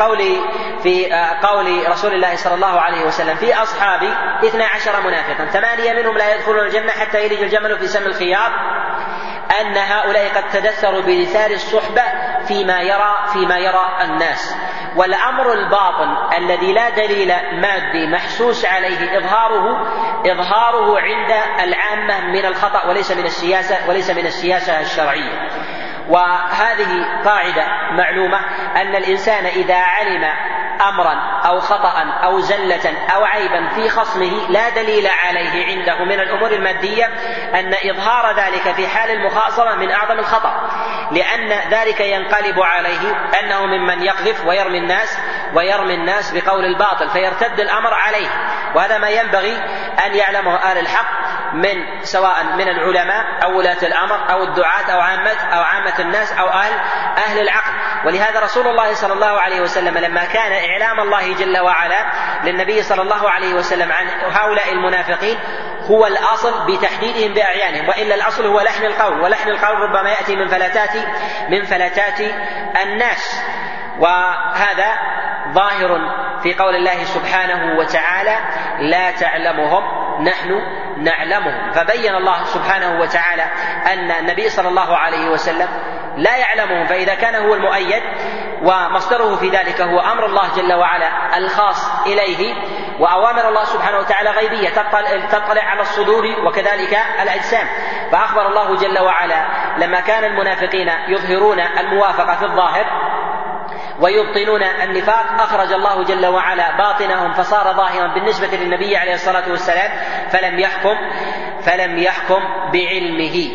الله صلى الله عليه وسلم: في أصحابي 12 منافقا 8 منهم لا يدخلون الجنة حتى يلج الجمل في سم الخياط، أن هؤلاء قد تدثروا بلسان الصحبة فيما يرى الناس. والأمر الباطن الذي لا دليل مادي محسوس عليه إظهاره عند العامة من الخطأ وليس من السياسة الشرعية. وهذه قاعدة معلومة أن الإنسان إذا علم أمرا أو خطأ أو زلة أو عيبا في خصمه لا دليل عليه عنده من الأمور المادية، أن إظهار ذلك في حال المخاصمة من أعظم الخطأ، لأن ذلك ينقلب عليه أنه ممن يقذف ويرمي الناس بقول الباطل فيرتد الأمر عليه. وهذا ما ينبغي أن يعلمه أهل الحق سواء من العلماء أو ولاة الأمر أو الدعاة أو عامة الناس أو أهل العقل. ولهذا رسول الله صلى الله عليه وسلم لما كان إعلام الله جل وعلا للنبي صلى الله عليه وسلم عن هؤلاء المنافقين هو الأصل بتحديدهم بأعيانهم، وإلا الأصل هو لحن القول، ولحن القول ربما يأتي من فلتات الناس. وهذا ظاهر في قول الله سبحانه وتعالى لا تعلمهم نحن نعلمهم. فبين الله سبحانه وتعالى أن النبي صلى الله عليه وسلم لا يعلمهم، فإذا كان هو المؤيد ومصدره في ذلك هو أمر الله جل وعلا الخاص إليه، وأوامر الله سبحانه وتعالى غيبية تطلع على الصدور وكذلك الأجسام. فأخبر الله جل وعلا لما كان المنافقين يظهرون الموافقة في الظاهر ويبطنون النفاق، أخرج الله جل وعلا باطنهم فصار ظاهرا بالنسبة للنبي عليه الصلاة والسلام، فلم يحكم بعلمه،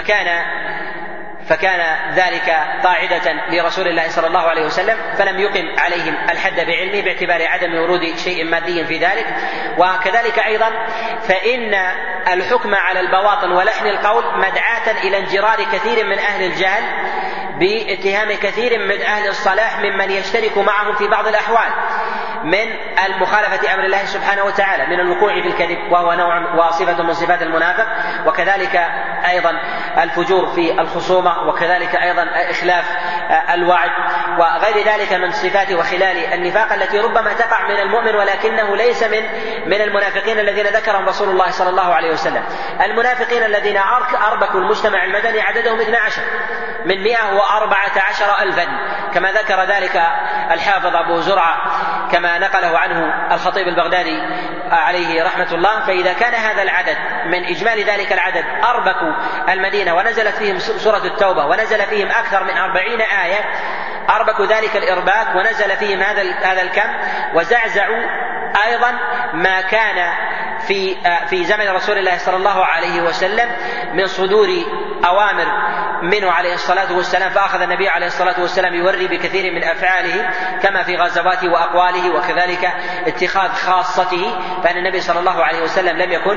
فكان ذلك قاعدة لرسول الله صلى الله عليه وسلم، فلم يقم عليهم الحد بعلمه باعتبار عدم ورود شيء مادي في ذلك. وكذلك أيضا فإن الحكم على البواطن ولحن القول مدعاة إلى انجرار كثير من أهل الجهل باتهام كثير من أهل الصلاح ممن يشترك معهم في بعض الأحوال من المخالفة أمر الله سبحانه وتعالى، من الوقوع في الكذب وهو نوع وصفة من صفات المنافق، وكذلك أيضا الفجور في الخصومة، وكذلك أيضا إخلاف الوعد، وغير ذلك من صفات وخلال النفاق التي ربما تقع من المؤمن ولكنه ليس من المنافقين الذين ذكرهم رسول الله صلى الله عليه وسلم. المنافقين الذين أربكوا المجتمع المدني عددهم 12 من 114,000 كما ذكر ذلك الحافظ أبو زرعة كما نقله عنه الخطيب البغدادي عليه رحمة الله. فإذا كان هذا العدد من إجمالي ذلك العدد أربكوا المدينة ونزلت فيهم سورة التوبة ونزل فيهم أكثر من 40 آية، أربكوا ذلك الإرباك ونزل فيهم هذا الكم، وزعزعوا أيضا ما كان في زمن رسول الله صلى الله عليه وسلم من صدور أوامر منه عليه الصلاة والسلام، فأخذ النبي عليه الصلاة والسلام يوري بكثير من أفعاله كما في غزواته وأقواله، وكذلك اتخاذ خاصته، فإن النبي صلى الله عليه وسلم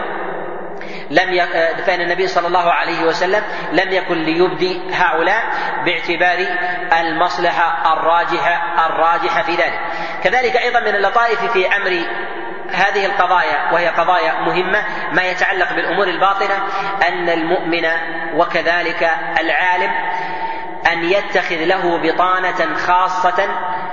لم يكن ليبدي هؤلاء باعتبار المصلحة الراجحة في ذلك. كذلك أيضا من اللطائف في أمر هذه القضايا وهي قضايا مهمة ما يتعلق بالأمور الباطنة أن المؤمن وكذلك العالم أن يتخذ له بطانة خاصة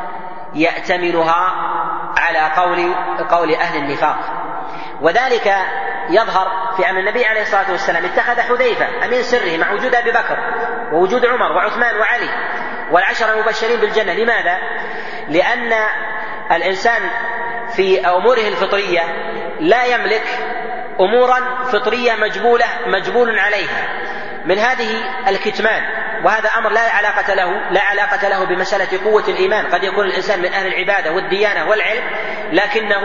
يأتمنها على قول أهل النفاق. وذلك يظهر في أن النبي عليه الصلاة والسلام اتخذ حذيفة أمين سره مع وجود أبي بكر ووجود عمر وعثمان وعلي والعشرة المبشرين بالجنة. لماذا؟ لأن الإنسان في أموره الفطرية لا يملك أمورا فطرية مجبول عليها، من هذه الكتمان، وهذا أمر لا علاقة له بمسألة قوة الإيمان. قد يكون الإنسان من أهل العبادة والديانة والعلم لكنه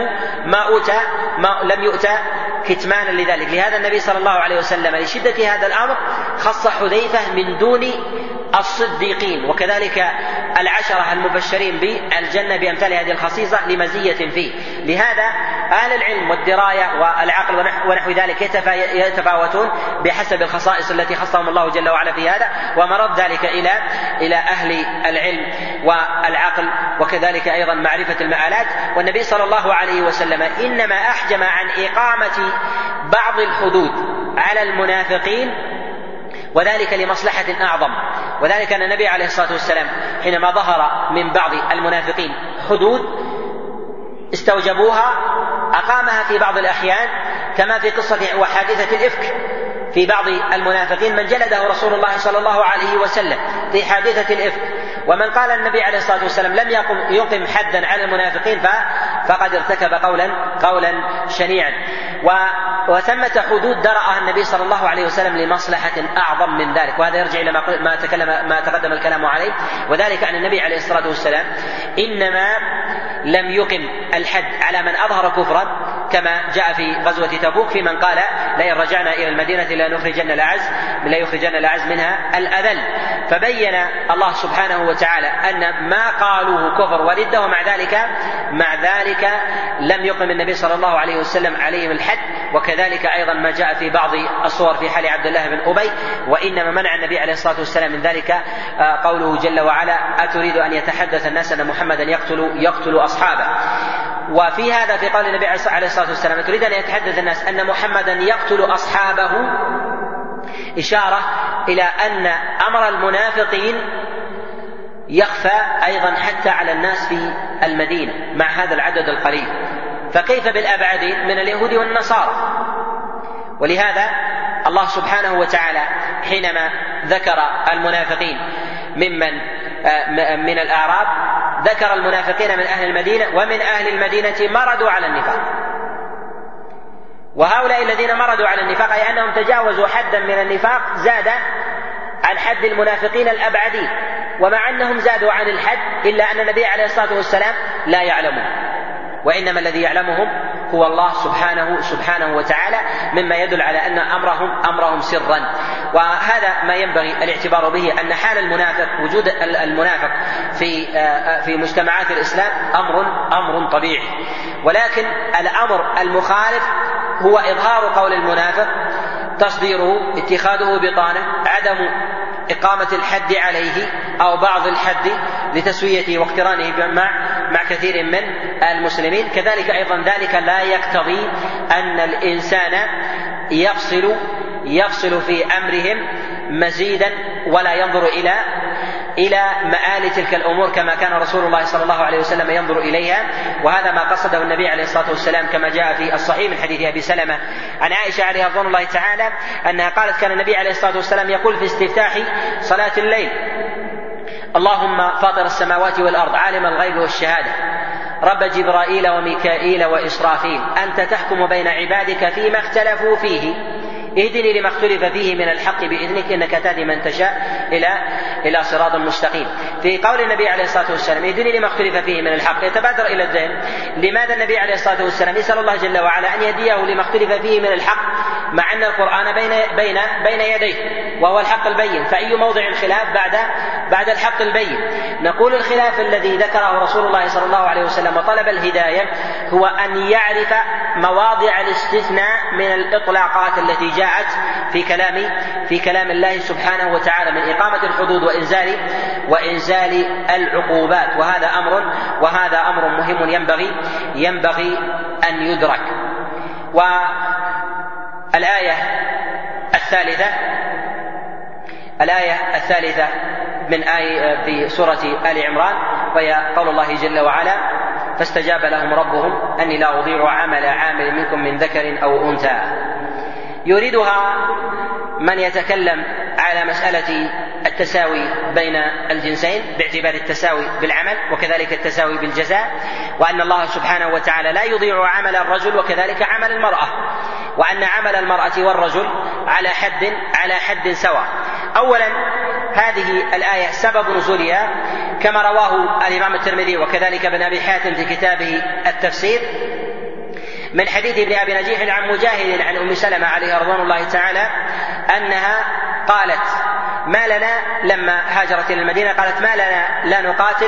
لم يؤتى كتمانا لذلك. لهذا النبي صلى الله عليه وسلم لشدة هذا الأمر خص حذيفة من دون الصديقين وكذلك العشرة المبشرين بالجنة بأمثال هذه الخصيصة لمزية فيه. لهذا أهل العلم والدراية والعقل ونحو ذلك يتفاوتون بحسب الخصائص التي خصهم الله جل وعلا في هذا، ومرد ذلك إلى أهل العلم والعقل وكذلك أيضا معرفة المآلات. والنبي صلى الله عليه وسلم إنما أحجم عن إقامة بعض الحدود على المنافقين وذلك لمصلحة أعظم، وذلك أن النبي عليه الصلاة والسلام حينما ظهر من بعض المنافقين حدود استوجبوها أقامها في بعض الأحيان، كما في قصة وحادثة الإفك في بعض المنافقين من جلده رسول الله صلى الله عليه وسلم في حادثة الإفك. ومن قال النبي عليه الصلاة والسلام لم يقم حدا على المنافقين فقد ارتكب قولا شنيعا. وثمة حدود درأها النبي صلى الله عليه وسلم لمصلحة أعظم من ذلك، وهذا يرجع إلى ما تقدم الكلام عليه، وذلك أن النبي عليه الصلاة والسلام إنما لم يقم الحد على من أظهر كفرا كما جاء في غزوة تبوك في من قال لئن رجعنا إلى المدينة لا يخرجن الأعز منها الأذل. فبين الله سبحانه وتعالى أن ما قالوه كفر وردة، ومع ذلك لم يقم النبي صلى الله عليه وسلم عليهم الحد. وكذلك أيضا ما جاء في بعض الصور في حال عبد الله بن أبي، وإنما منع النبي عليه الصلاة والسلام من ذلك قوله جل وعلا: أتريد أن يتحدث الناس أن محمدا يقتل أصحابه. وفي هذا في قول النبي عليه الصلاة والسلام: تريد أن يتحدث الناس أن محمدا يقتل أصحابه، إشارة إلى أن أمر المنافقين يخفى أيضا حتى على الناس في المدينة مع هذا العدد القليل، فكيف بالأبعد من اليهود والنصارى؟ ولهذا الله سبحانه وتعالى حينما ذكر المنافقين من الأعراب ذكر المنافقين من أهل المدينة، ومن أهل المدينة مردوا على النفاق. وهؤلاء الذين مردوا على النفاق أي أنهم تجاوزوا حدا من النفاق زاد عن حد المنافقين الأبعدين، ومع أنهم زادوا عن الحد إلا أن النبي عليه الصلاة والسلام لا يعلمون، وإنما الذي يعلمهم هو الله سبحانه وتعالى، مما يدل على أن أمرهم سرا. وهذا ما ينبغي الاعتبار به، أن حال المنافق، وجود المنافق في مجتمعات الإسلام أمر طبيعي، ولكن الأمر المخالف هو إظهار قول المنافق، تصديره، اتخاذه بطانة، عدم إقامة الحد عليه أو بعض الحد لتسويته واقترانه مع كثير من المسلمين. كذلك أيضا ذلك لا يقتضي أن الإنسان يفصل في أمرهم مزيدا ولا ينظر إلى مآل تلك الأمور كما كان رسول الله صلى الله عليه وسلم ينظر إليها. وهذا ما قصده النبي عليه الصلاة والسلام كما جاء في الصحيح من حديث أبي سلمة عن عائشة عليها رضوان الله تعالى أنها قالت: كان النبي عليه الصلاة والسلام يقول في استفتاح صلاة الليل: اللهم فاطر السماوات والأرض، عالم الغيب والشهادة، رب جبرائيل وميكائيل وإسرافيل، أنت تحكم بين عبادك فيما اختلفوا فيه، اهدني لما اختلف فيه من الحق بإذنك، إنك تهدي من تشاء إلى صراط مستقيم. في قول النبي عليه الصلاة والسلام اهدني لما اختلف فيه من الحق، يتبادر إلى الذهن لماذا النبي عليه الصلاة والسلام يسأل الله جل وعلا أن يهديه لما اختلف فيه من الحق، مع أن القرآن بين يديه وهو الحق البين، فأي موضع الخلاف بعد الحق البين؟ نقول الخلاف الذي ذكره رسول الله صلى الله عليه وسلم وطلب الهداية هو أن يعرف مواضع الاستثناء من الإطلاقات التي جاءت في كلام الله سبحانه وتعالى من إقامة الحدود وإنزال العقوبات، وهذا أمر مهم ينبغي أن يدرك. والآية الثالثة من في سورة آل عمران، وهي قول الله جل وعلا: فاستجاب لهم ربهم أني لا أضيع عمل عامل منكم من ذكر أو أنثى. يريدها من يتكلم على مسألة التساوي بين الجنسين باعتبار التساوي بالعمل وكذلك التساوي بالجزاء، وأن الله سبحانه وتعالى لا يضيع عمل الرجل وكذلك عمل المرأة، وأن عمل المرأة والرجل على حد سواء. أولا، هذه الآية سبب نزولها كما رواه الإمام الترمذي وكذلك ابن أبي حاتم في كتابه التفسير من حديث ابن أبي نجيح عن مجاهد عن أم سلمة عليها رضوان الله تعالى أنها قالت: ما لنا لما هاجرت إلى المدينة، قالت: ما لنا لا نقاتل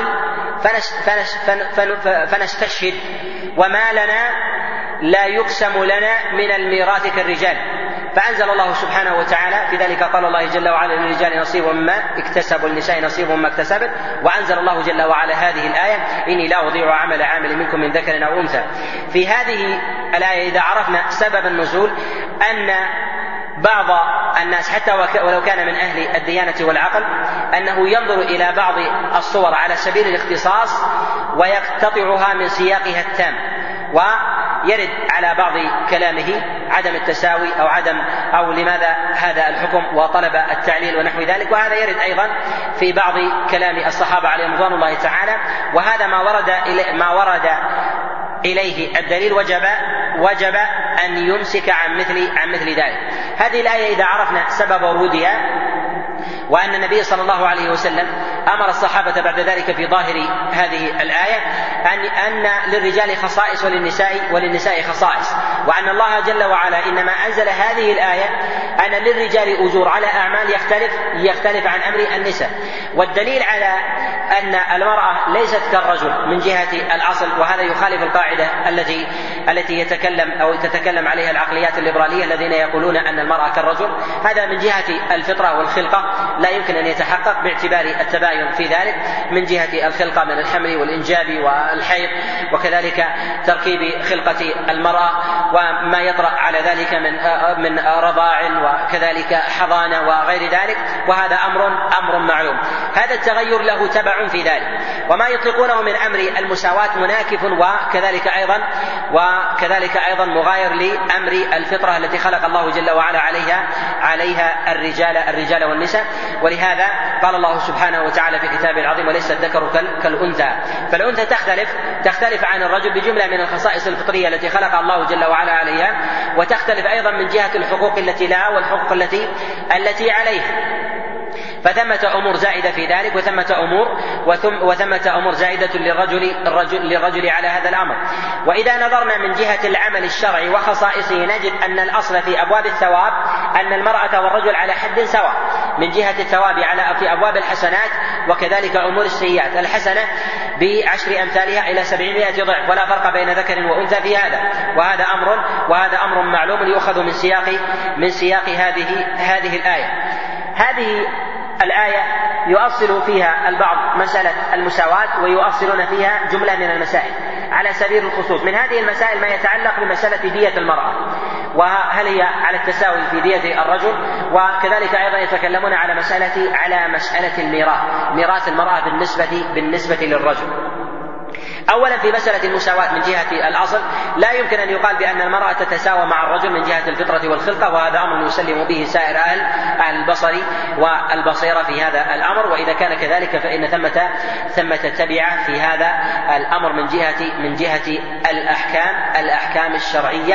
فنستشهد، وما لنا لا يقسم لنا من الميراث كالرجال. فأنزل الله سبحانه وتعالى في ذلك قال الله جل وعلا: للرجال نصيب مما اكتسبوا النساء نصيب مما اكتسبت. وأنزل الله جل وعلا هذه الآية: إني لا أضيع عمل عامل منكم من ذكر أو أنثى. في هذه الآية إذا عرفنا سبب النزول أن بعض الناس حتى ولو كان من أهل الديانة والعقل أنه ينظر إلى بعض الصور على سبيل الاختصاص ويقتطعها من سياقها التام، ويرد على بعض كلامه عدم التساوي أو لماذا هذا الحكم وطلب التعليل ونحو ذلك، وهذا يرد أيضا في بعض كلام الصحابة عليهم رضوان الله تعالى، وهذا ما ورد إليه الدليل وجب أن يمسك عن مثل ذلك. هذه الآية إذا عرفنا سبب ورودها وأن النبي صلى الله عليه وسلم أمر الصحابة بعد ذلك في ظاهر هذه الآية أن للرجال خصائص وللنساء خصائص، وأن الله جل وعلا إنما أنزل هذه الآية أن للرجال أجور على أعمال يختلف عن أمر النساء. والدليل على أن المرأة ليست كالرجل من جهة الأصل، وهذا يخالف القاعدة التي تتكلم عليها العقليات الليبرالية الذين يقولون أن المرأة كالرجل، هذا من جهة الفطرة والخلقة لا يمكن أن يتحقق باعتبار التباين في ذلك من جهة الخلقة من الحمل والإنجاب والحيض، وكذلك تركيب خلقة المرأة وما يطرأ على ذلك من رضاع وكذلك حضانة وغير ذلك، وهذا أمر معلوم. هذا التغير له تبع في ذلك، وما يطلقونه من أمر المساواة مناكف وكذلك أيضا مغاير لأمر الفطرة التي خلق الله جل وعلا عليها الرجال والنساء. ولهذا قال الله سبحانه وتعالى في كتابه العظيم: وليس الذكر كالأنثى. فالأنثى تختلف عن الرجل بجملة من الخصائص الفطرية التي خلق الله جل وعلا عليها، وتختلف أيضا من جهة الحقوق التي لها والحقوق التي عليها. فثمة أمور زائدة في ذلك، وثمة أمور زائدة للرجل على هذا الأمر. وإذا نظرنا من جهة العمل الشرعي وخصائصه نجد أن الأصل في أبواب الثواب أن المرأة والرجل على حد سواء من جهة الثواب في أبواب الحسنات وكذلك أمور السيئات. الحسنة ب10 أمثالها إلى 700 ضعف، ولا فرق بين ذكر وأنثى في هذا، وهذا أمر معلوم يؤخذ من سياق هذه الآية. هذه الآية يؤصل فيها البعض مسألة المساواة، ويؤصلون فيها جملة من المسائل على سبيل الخصوص. من هذه المسائل ما يتعلق بمسألة دية المرأة، وهل هي على التساوي في دية الرجل، وكذلك أيضا يتكلمون على مسألة ميراث المرأة بالنسبة للرجل. أولا في مسألة المساواة من جهة الأصل لا يمكن أن يقال بأن المرأة تتساوى مع الرجل من جهة الفطرة والخلقة، وهذا أمر يسلم به سائر أهل البصر والبصيرة في هذا الأمر. وإذا كان كذلك فإن ثمة تبعة في هذا الأمر من جهة الأحكام الشرعية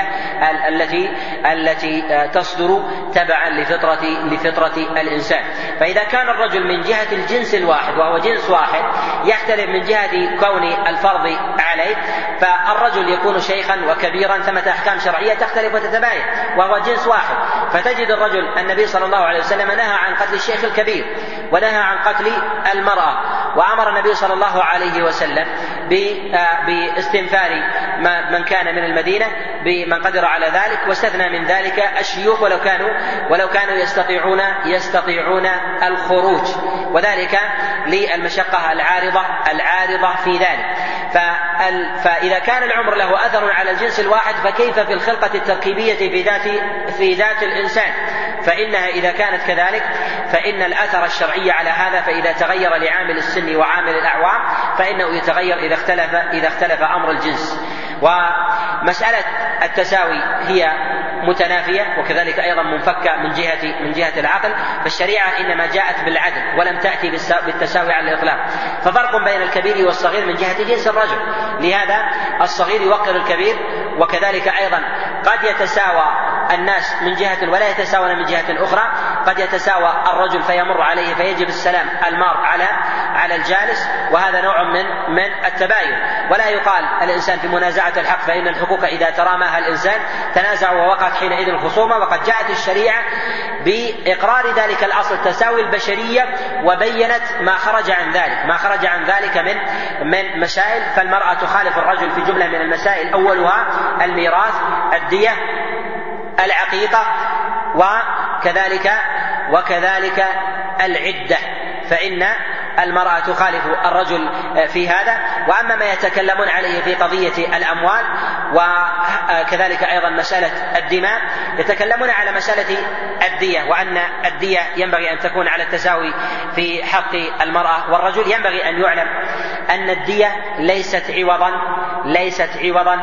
التي تصدر تبعا لفطرة الإنسان. فإذا كان الرجل من جهة الجنس الواحد وهو جنس واحد يختلف من جهة كون الفرض عليه، فالرجل يكون شيخا وكبيرا، ثمة أحكام شرعية تختلف وتتباين وهو جنس واحد. فتجد الرجل النبي صلى الله عليه وسلم نهى عن قتل الشيخ الكبير، ونهى عن قتل المرأة، وأمر النبي صلى الله عليه وسلم باستنفار من كان من المدينة بمن قدر على ذلك، واستثنى من ذلك الشيوخ ولو كانوا يستطيعون الخروج، وذلك للمشقة العارضة في ذلك. فإذا كان العمر له أثر على الجنس الواحد فكيف في الخلقة التركيبية في ذات الإنسان؟ فإنها إذا كانت كذلك فإن الأثر الشرعي على هذا، فإذا تغير لعامل السن وعامل الأعوام فإنه يتغير إذا اختلف أمر الجنس. ومسألة التساوي هي متنافية وكذلك أيضا منفكة من جهة العقل، فالشريعة إنما جاءت بالعدل ولم تأتي بالتساوي على الإطلاق. ففرق بين الكبير والصغير من جهة جنس الرجل، لهذا الصغير يوقر الكبير، وكذلك أيضا قد يتساوى الناس من جهة ولا يتساوون من جهة أخرى. قد يتساوى الرجل فيمر عليه فيجب السلام المار على الجالس، وهذا نوع من التباين. ولا يقال الإنسان في منازعة الحق، فإن الحقوق إذا تراماها الإنسان تنازع ووقعت حينئذ الخصومة. وقد جاءت الشريعة بإقرار ذلك الأصل تساوي البشرية، وبينت ما خرج عن ذلك من مسائل. فالمرأة تخالف الرجل في جملة من المسائل، أولها الميراث، الدية، العقيقة، وكذلك العدة، فإن المرأة تخالف الرجل في هذا. وأما ما يتكلمون عليه في قضية الأموال وكذلك أيضا مسألة الدماء، يتكلمون على مسألة الدية، وأن الدية ينبغي أن تكون على التساوي في حق المرأة والرجل. ينبغي أن يعلم أن الدية ليست عوضا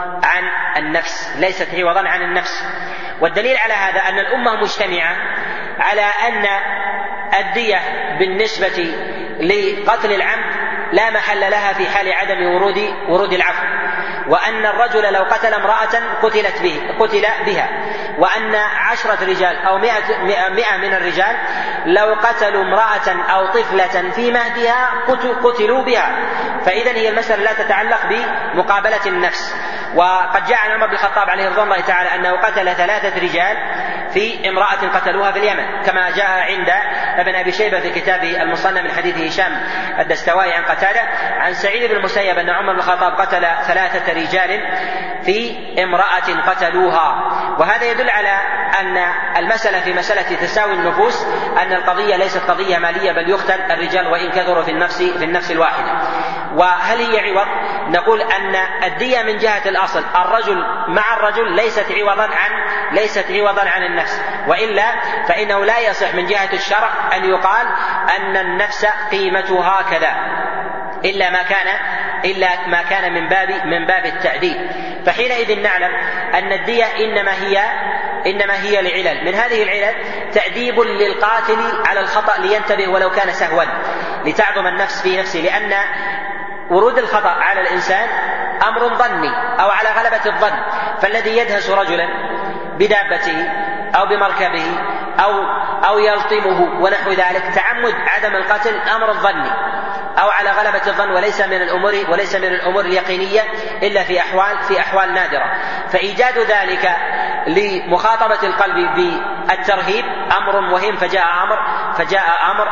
عن النفس، والدليل على هذا أن الأمة مجتمعة على أن الدية بالنسبة لقتل العمد لا محل لها في حال عدم ورود العفو، وأن الرجل لو قتل امرأة قتل بها، وأن 10 رجال أو 100 من الرجال لو قتلوا امرأة أو طفلة في مهدها قتلوا بها. فإذن هي المسألة لا تتعلق بمقابلة النفس. وقد جاء عن عمر بن الخطاب عليه رضوان الله تعالى أنه قتل 3 رجال في امرأة قتلوها في اليمن، كما جاء عند ابن أبي شيبة في كتابه المصنف من حديث هشام الدستوائي عن قتادة عن سعيد بن المسيب أن عمر بن الخطاب قتل 3 رجال في امرأة قتلوها. وهذا يدل على أن المسألة في مسألة تساوي النفوس أن القضية ليست قضية مالية، بل يقتل الرجال وإن كثروا في النفس الواحدة. وهل هي عوض؟ نقول أن الدية من جهة الأصل الرجل مع الرجل ليست عوضا عن النفس، وإلا فإنه لا يصح من جهة الشرع أن يقال أن النفس قيمتها كذا إلا ما كان من باب التعديل. فحينئذ نعلم أن الدية إنما هي لعلل، من هذه العلل تعذيب للقاتل على الخطأ لينتبه ولو كان سهوا، لتعظم النفس في نفسه، لأن ورود الخطأ على الإنسان أمر ظني أو على غلبة الظن، فالذي يدهس رجلا بدابته أو بمركبه أو يلطمه ونحو ذلك تعمد عدم القتل أمر ظني أو على غلبة الظن، وليس من الأمور اليقينية إلا في أحوال نادرة. فإيجاد ذلك لمخاطبة القلب بالترهيب أمر مهم، فجاء أمر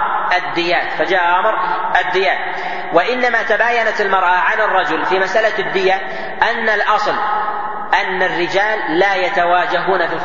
الديات. وإنما تباينت المرأة عن الرجل في مسألة الدية أن الأصل أن الرجال لا يتواجهون في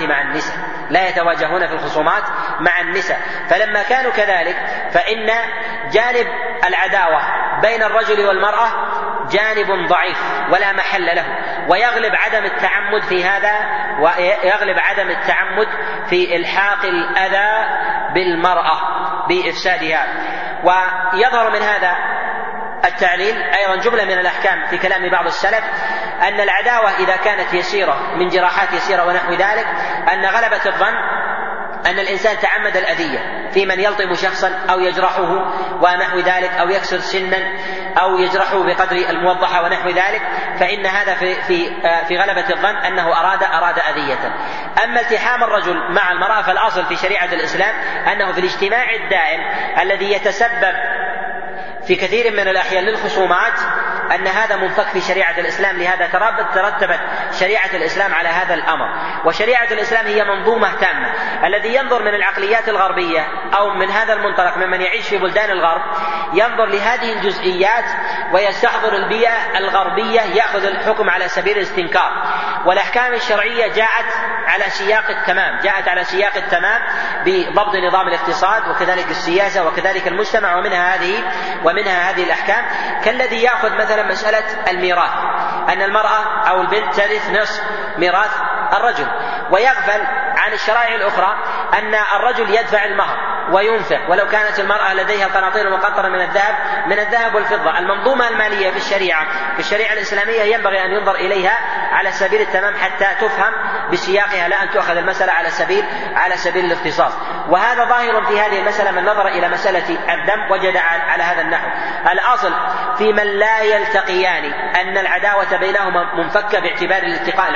الخصومات مع النساء، فلما كانوا كذلك فإن جانب العداوة بين الرجل والمرأة جانب ضعيف ولا محل له، ويغلب عدم التعمد في هذا، ويغلب عدم التعمد في إلحاق الأذى بالمرأة بإفسادها. ويظهر من هذا التعليل أيضا جملة من الأحكام في كلام بعض السلف أن العداوة إذا كانت يسيرة من جراحات يسيرة ونحو ذلك، أن غلبة الظن أن الإنسان تعمد الأذية في من يلطم شخصا أو يجرحه ونحو ذلك، أو يكسر سنا أو يجرحه بقدر الموضحة ونحو ذلك، فإن هذا في غلبة الظن أنه أراد أذية. أما التحام الرجل مع المرأة فالأصل في شريعة الإسلام أنه في الاجتماع الدائم الذي يتسبب في كثير من الأحيان للخصومات أن هذا منفك في شريعة الإسلام، لهذا ترتبت شريعة الإسلام على هذا الأمر. وشريعة الإسلام هي منظومة تامة، الذي ينظر من العقليات الغربية أو من هذا المنطلق ممن يعيش في بلدان الغرب ينظر لهذه الجزئيات ويستحضر البيئة الغربية، يأخذ الحكم على سبيل الاستنكار. والأحكام الشرعية جاءت على سياق التمام بضبط نظام الاقتصاد وكذلك السياسة وكذلك المجتمع، ومنها هذه الأحكام، كالذي يأخذ مثلا مسألة الميراث، أن المرأة أو البنت ترث نصف ميراث الرجل، ويغفل عن الشرائع الأخرى أن الرجل يدفع المهر وينفق ولو كانت المرأة لديها القناطير المقنطرة من الذهب والفضة. المنظومة المالية في الشريعة الإسلامية ينبغي أن ينظر إليها على سبيل التمام حتى تفهم بسياقها، لا أن تؤخذ المسألة على سبيل الاختصاص. وهذا ظاهر في هذه المسألة، من نظر إلى مسألة الدم وجد على هذا النحو. الأصل في من لا يلتقيان أن العداوة بينهما منفكة باعتبار الالتقاء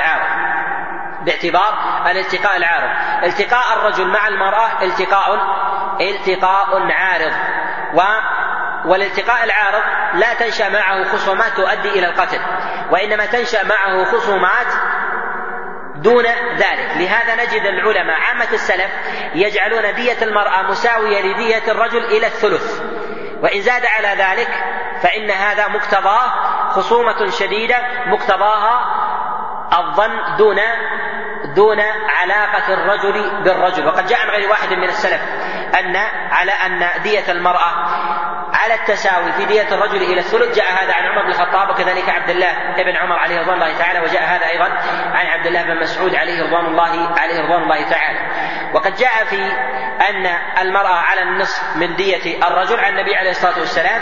العارض. التقاء الرجل مع المرأة التقاء عارض، والالتقاء العارض لا تنشأ معه خصومات تؤدي إلى القتل، وإنما تنشأ معه خصومات دون ذلك. لهذا نجد العلماء عامة السلف يجعلون دية المرأة مساوية لدية الرجل إلى الثلث، وإن زاد على ذلك فإن هذا مقتضاه خصومة شديدة، مقتضاها الظن دون علاقة الرجل بالرجل. وقد جاء عن غير واحد من السلف أن دية المرأة على التساوي في دية الرجل إلى الثلث. جاء هذا عن عمر بن الخطاب وكذلك عبد الله بن عمر عليه رضوان الله تعالى، وجاء هذا أيضا عن عبد الله بن مسعود عليه رضوان الله تعالى. وقد جاء في أن المرأة على النصف من دية الرجل عن النبي عليه الصلاة والسلام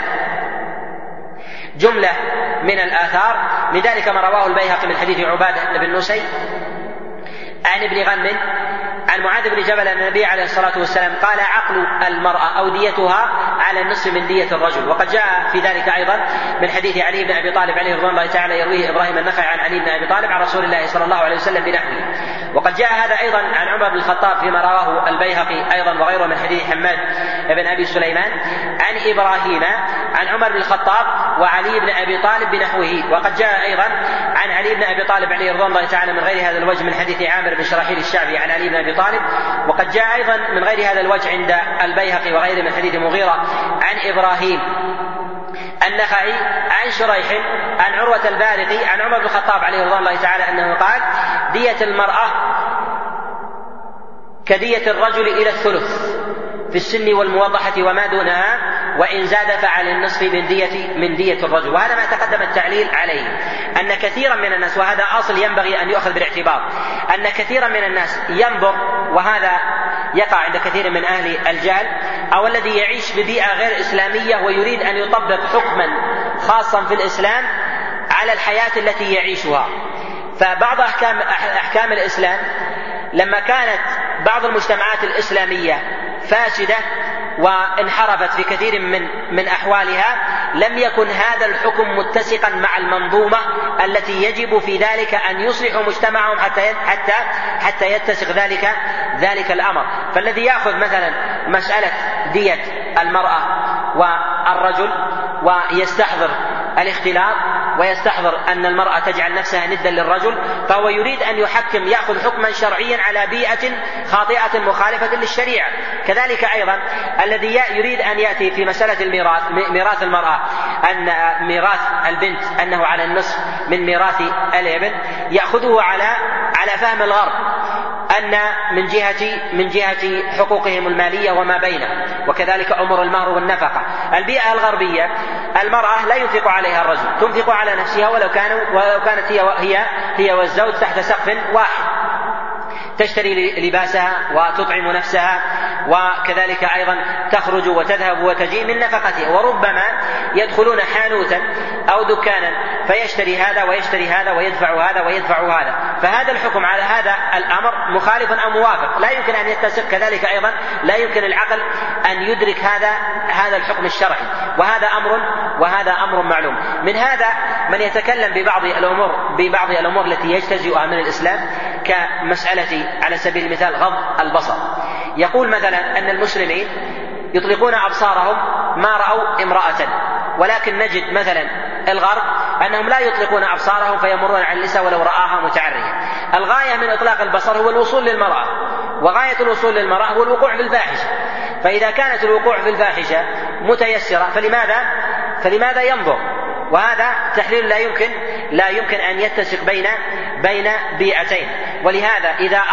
جملة من الآثار، من ذلك ما رواه البيهقي من حديث عبادة بن نسي عن ابن غنم عن معاذ بن جبل أن النبي عليه الصلاة والسلام قال: عقل المرأة أو ديتها على النصف من دية الرجل. وقد جاء في ذلك أيضا من حديث علي بن أبي طالب عليه رضوان الله تعالى، يرويه إبراهيم النخعي عن علي بن أبي طالب عن رسول الله صلى الله عليه وسلم بنحوه. وقد جاء هذا أيضا عن عمر بن الخطاب فيما رواه البيهقي أيضا وغيره من حديث حماد بن أبي سليمان عن إبراهيم عن عمر بن الخطاب وعلي بن أبي طالب بنحوه. وقد جاء أيضا عن علي بن أبي طالب عليه رضوان الله تعالى من غير هذا الوجه من حديث عامر بن شراحيل الشعبي عن علي بن أبي طالب. وقد جاء أيضا من غير هذا الوجه عند البيهقي وغيره من حديث مغيرة عن إبراهيم النخعي عن شريح عن عروة البارقي عن عمر بن الخطاب عليه رضوان الله تعالى أنه قال: دية المرأة كدية الرجل إلى الثلث في السن والموضحة وما دونها، وإن زاد فعلى النصف من دية الرجل. وهذا ما تقدم التعليل عليه، أن كثيرا من الناس، وهذا أصل ينبغي أن يؤخذ بالاعتبار، أن كثيرا من الناس ينظر، وهذا يقع عند كثير من أهل الجهل أو الذي يعيش ببيئة غير إسلامية ويريد أن يطبق حكما خاصا في الإسلام على الحياة التي يعيشها. فبعض أحكام الإسلام لما كانت بعض المجتمعات الإسلامية فاسدة وانحرفت في كثير من أحوالها، لم يكن هذا الحكم متسقا مع المنظومة التي يجب في ذلك أن يصلحوا مجتمعهم حتى يتسق ذلك الأمر. فالذي يأخذ مثلا مسألة دية المرأة والرجل ويستحضر الاختلاط ويستحضر أن المرأة تجعل نفسها ندا للرجل، فهو يريد أن يأخذ حكما شرعيا على بيئة خاطئة مخالفة للشريعة. كذلك أيضا الذي يريد أن يأتي في مسألة ميراث المرأة، أن ميراث البنت أنه على النصف من ميراث الابن، يأخذه على فهم الغرب، أن من جهة حقوقهم المالية وما بينه، وكذلك أمور المهر والنفقة. البيئة الغربية المرأة لا ينفق عليها الرجل، تنفق على نفسها ولو كانت هي والزوج تحت سقف واحد، تشتري لباسها وتطعم نفسها، وكذلك أيضا تخرج وتذهب وتجيء من نفقتها، وربما يدخلون حانوتا أو دكانا فيشتري هذا ويشتري هذا ويدفع هذا ويدفع هذا. فهذا الحكم على هذا الأمر مخالف أو موافق، لا يمكن أن يتسق. كذلك أيضا لا يمكن العقل أن يدرك هذا الحكم الشرعي، وهذا أمر معلوم. من هذا من يتكلم ببعض الأمور التي يجتزئها من الإسلام، كمسألة على سبيل المثال غض البصر. يقول مثلا أن المسلمين يطلقون أبصارهم ما رأوا امرأة، ولكن نجد مثلا الغرب أنهم لا يطلقون أبصارهم فيمرون على النساء ولو رآها متعرية. الغاية من إطلاق البصر هو الوصول للمرأة، وغاية الوصول للمرأة هو الوقوع في الفاحشة. فإذا كانت الوقوع في الفاحشة متيسرة فلماذا ينظر؟ وهذا تحليل لا يمكن أن يتسق بين بيئتين. ولهذا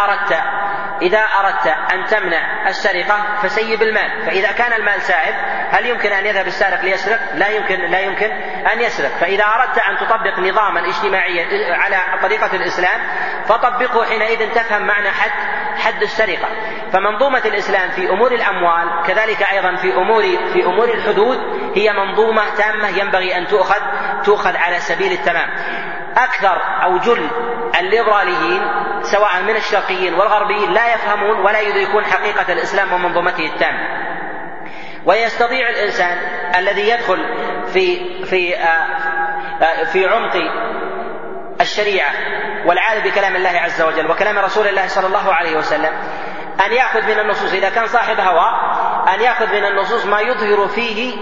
إذا أردت أن تمنع السرقة فسيب المال، فإذا كان المال سائب هل يمكن أن يذهب السارق ليسرق؟ لا يمكن أن يسرق. فإذا أردت أن تطبق نظاما اجتماعيا على طريقة الإسلام فطبقه، حينئذ تفهم معنى حد السرقة. فمنظومة الإسلام في أمور الأموال كذلك أيضا في أمور الحدود هي منظومة تامة ينبغي أن تؤخذ على سبيل التمام. أكثر أو جل الليبراليين سواء من الشرقيين والغربيين لا يفهمون ولا يدركون حقيقة الإسلام ومنظومته التامة. ويستطيع الإنسان الذي يدخل في عمق الشريعة والعالم بكلام الله عز وجل وكلام رسول الله صلى الله عليه وسلم أن يأخذ من النصوص، إذا كان صاحب هوى، أن يأخذ من النصوص ما يظهر فيه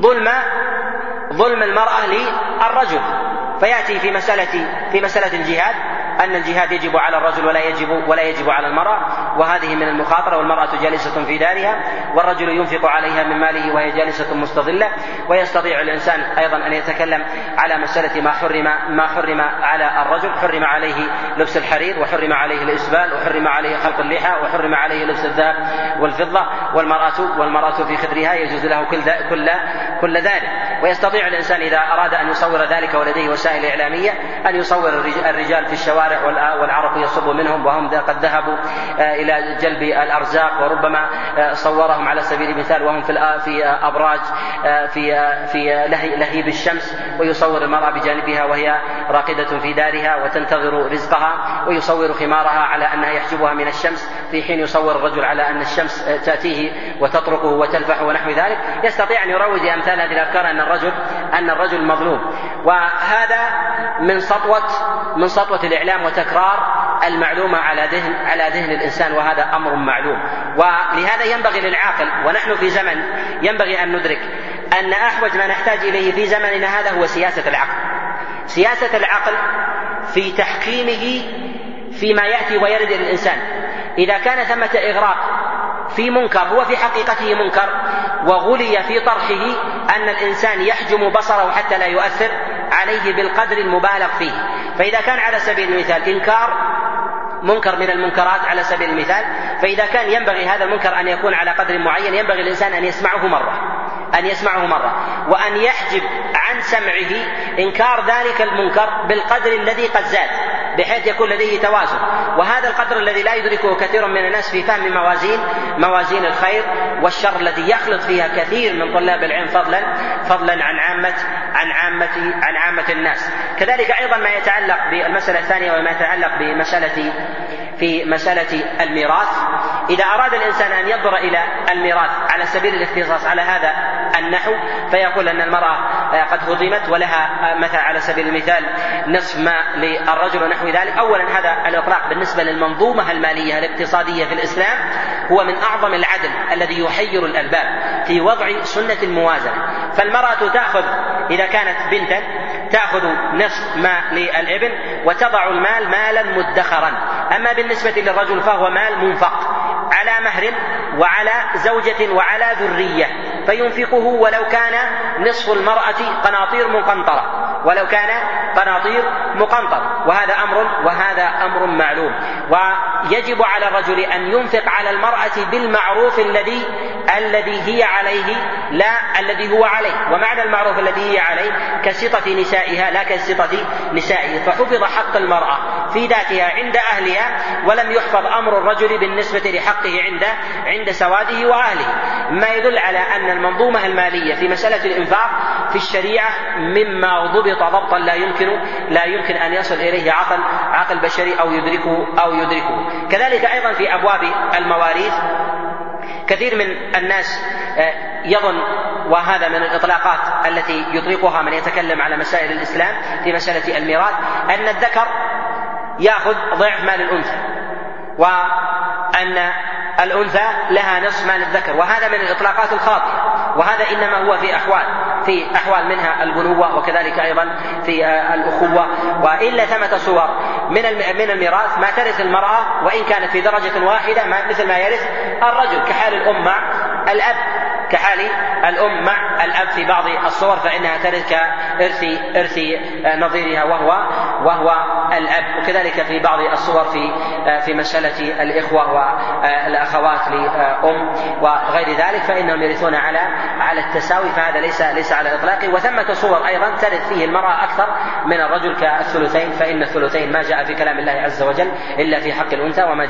ظلم المرأة للرجل، فيأتي في مسألة الجهاد أن الجهاد يجب على الرجل ولا يجب على المرأة، وهذه من المخاطرة، والمرأة جالسة في دارها والرجل ينفق عليها من ماله وهي جالسة مستظلة. ويستطيع الإنسان أيضا أن يتكلم على مسألة ما حرم على الرجل، حرم عليه لبس الحرير، وحرم عليه الإسبال، وحرم عليه خلق اللحى، وحرم عليه لبس الذهب والفضة، والمرأة في خدرها يجوز له كل ذلك. ويستطيع الإنسان إذا أراد أن يصور ذلك ولديه وسائل إعلامية أن يصور الرجال في الشوارع والعرق يصب منهم وهم قد ذهبوا إلى جلب الأرزاق، وربما صورهم على سبيل المثال وهم في أبراج في لهيب الشمس، ويصور المرأة بجانبها وهي راقدة في دارها وتنتظر رزقها، ويصور خمارها على أنها يحجبها من الشمس، في حين يصور الرجل على أن الشمس تأتيه وتطرقه وتلفح ونحو ذلك. يستطيع أن يروج أمثال هذه الأفكار أن الرجل مظلوم. وهذا من سطوة الإعلام وتكرار المعلومة على ذهن الإنسان، وهذا أمر معلوم. ولهذا ينبغي للعاقل، ونحن في زمن ينبغي أن ندرك أن أحوج ما نحتاج إليه في زمننا هذا هو سياسة العقل. سياسة العقل في تحكيمه فيما يأتي ويرد الإنسان. إذا كان ثمة إغراق في منكر هو في حقيقته منكر، وغلي في طرحه أن الإنسان يحجم بصره حتى لا يؤثر عليه بالقدر المبالغ فيه. فإذا كان على سبيل المثال إنكار منكر من المنكرات على سبيل المثال، فإذا كان ينبغي هذا المنكر أن يكون على قدر معين، ينبغي الإنسان أن يسمعه مرة وأن يحجب عن سمعه إنكار ذلك المنكر بالقدر الذي قد زاد، بحيث يكون لديه توازن. وهذا القدر الذي لا يدركه كثير من الناس في فهم موازين الخير والشر التي يخلط فيها كثير من طلاب العلم فضلا عن عامة الناس. كذلك أيضا ما يتعلق بالمسألة الثانية وما يتعلق في مسألة الميراث. إذا أراد الإنسان أن ينظر إلى الميراث على سبيل الاختصاص على هذا النحو، فيقول أن المرأة قد هضمت ولها مثلا على سبيل المثال نصف ما للرجل ونحو ذلك. أولا هذا الإطلاق بالنسبة للمنظومة المالية الاقتصادية في الإسلام هو من أعظم العدل الذي يحير الألباب في وضع سنة الموازنة. فالمرأة تأخذ إذا كانت بنتا تأخذ نصف ما للابن وتضع المال مالا مدخرا. أما بالنسبة للرجل فهو مال منفق على مهر وعلى زوجة وعلى ذرية، فينفقه ولو كان نصف المرأة قناطير مقنطرة، وهذا أمر معلوم. ويجب على الرجل أن ينفق على المرأة بالمعروف الذي هي عليه لا الذي هو عليه. ومعنى المعروف الذي هي عليه كسطة نسائها لا كسطة نسائه، فحفظ حق المرأة في ذاتها عند أهلها ولم يحفظ أمر الرجل بالنسبة لحقه عند سواده وأهله، ما يدل على أن المنظومة المالية في مسألة الإنفاق في الشريعة مما ضبط ضبطا لا يمكن أن يصل إليه عقل بشري أو يدركه. كذلك أيضا في أبواب المواريث كثير من الناس يظن، وهذا من الإطلاقات التي يطلقها من يتكلم على مسائل الإسلام في مسألة الميراث، أن الذكر يأخذ ضعف مال الأنثى، وأن الأنثى لها نصف مال الذكر، وهذا من الإطلاقات الخاطئة. وهذا إنما هو في أحوال منها البنوة، وكذلك أيضا في الأخوة. وإلا ثمة صور من الميراث ما ترث المرأة وإن كانت في درجة واحدة مثل ما يرث الرجل، كحال الأم مع الأب، في بعض الصور فإنها ترث كإرث نظيرها وهو الأب. وكذلك في بعض الصور في مسألة الإخوة والأخوات لأم وغير ذلك فإنهم يرثون على التساوي، فهذا ليس على إطلاقه. وثمة صور أيضا ترث فيه المرأة أكثر من الرجل كالثلثين، فإن الثلثين ما جاء في كلام الله عز وجل إلا في حق الأنثى وما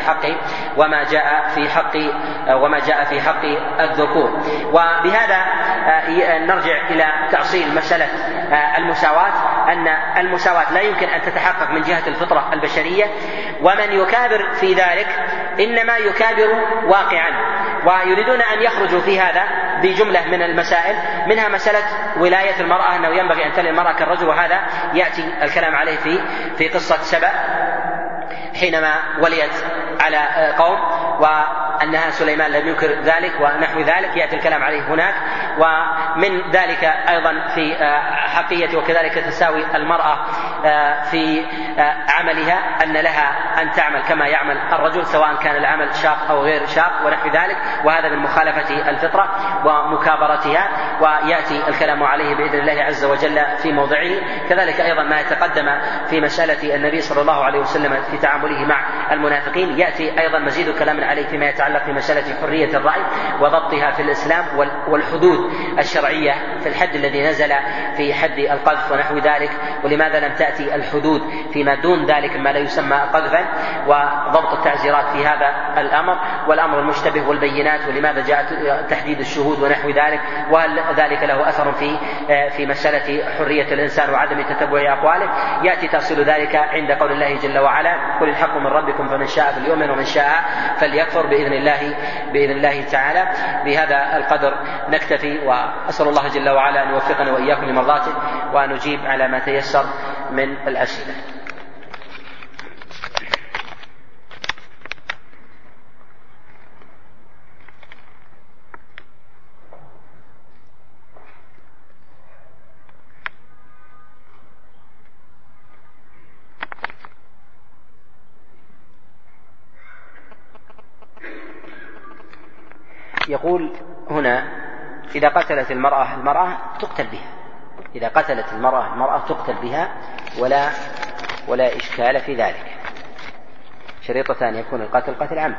جاء في حق الذكور. وبهذا نرجع إلى تأصيل مسألة المساواة، أن المساواة لا يمكن أن تتحقق من جهة الفطرة البشرية، ومن يكابر في ذلك إنما يكابر واقعا. ويريدون أن يخرجوا في هذا بجملة من المسائل، منها مسألة ولاية المرأة، أنه ينبغي أن تلي المرأة كالرجل، وهذا يأتي الكلام عليه في قصة سبأ حينما وليت على قوم وأنها سليمان لم ينكر ذلك ونحو ذلك، يأتي الكلام عليه هناك. ومن ذلك أيضا في حقية وكذلك تساوي المرأة في عملها، أن لها أن تعمل كما يعمل الرجل سواء كان العمل شاق أو غير شاق ونحو ذلك، وهذا من مخالفة الفطرة ومكابرتها، ويأتي الكلام عليه بإذن الله عز وجل في موضعه. كذلك أيضا ما يتقدم في مسألة النبي صلى الله عليه وسلم في تعامله مع المنافقين، يأتي أيضا مزيد كلام عليه فيما يتعلق بمسألة حرية الرأي وضبطها في الإسلام، والحدود الشرعية في الحد الذي نزل في حد القذف ونحو ذلك، ولماذا لم تأتي الحدود فيما دون ذلك ما لا يسمى قذفا، وضبط التعزيرات في هذا الأمر، والأمر المشتبه والبينات، ولماذا جاء تحديد الشهود ونحو ذلك، وهل ذلك له أثر في مسألة حرية الإنسان وعدم تتبع أقواله. يأتي تفصيل ذلك عند قول الله جل وعلا: قل الحق من ربكم فمن شاء فليؤمن ومن شاء فليكفر بإذن الله تعالى. بهذا القدر نكتفي، وأسأل الله جل وعلا أن يوفقنا وإياكم لمرضاته، وأن نجيب على ما تيسر من الأسئلة. يقول هنا: إذا قتلت المرأة تقتل بها، إذا قتلت المرأة تقتل بها ولا إشكال في ذلك. شريطة أن يكون القتل قتل عمد.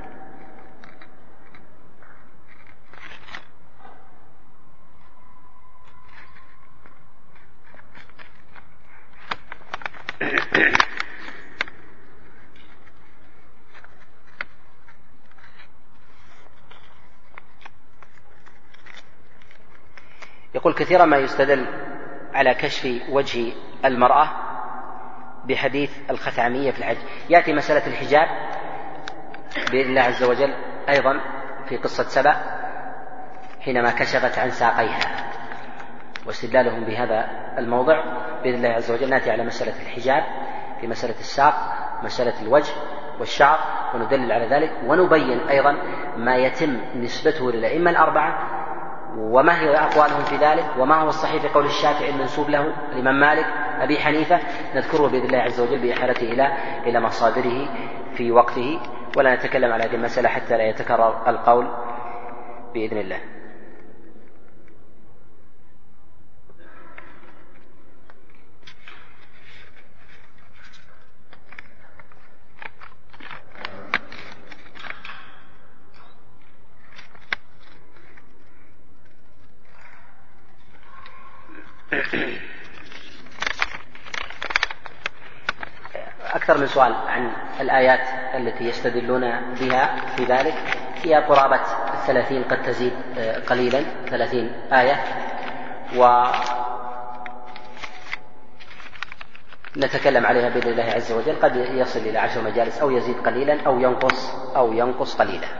يقول: كثيرا ما يستدل على كشف وجه المرأة بحديث الخثعمية في الحج. يأتي مسألة الحجاب بإذن الله عز وجل أيضا في قصة سبأ حينما كشفت عن ساقيها، واستدلالهم بهذا الموضع بإذن الله عز وجل. نأتي على مسألة الحجاب في مسألة الساق، مسألة الوجه والشعر، وندلل على ذلك، ونبين أيضا ما يتم نسبته للأئمة الأربعة، وما هي أقوالهم في ذلك، وما هو الصحيح في قول الشافعي المنسوب له الإمام مالك أبي حنيفة. نذكره بإذن الله عز وجل بإحالته إلى مصادره في وقته، ولا نتكلم على هذه المسألة حتى لا يتكرر القول بإذن الله. أكثر من سؤال عن الآيات التي يستدلون بها في ذلك، هي قرابة 30 قد تزيد قليلا 30 آية، ونتكلم عليها بإذن الله عز وجل. قد يصل إلى 10 مجالس، أو يزيد قليلا أو ينقص قليلا.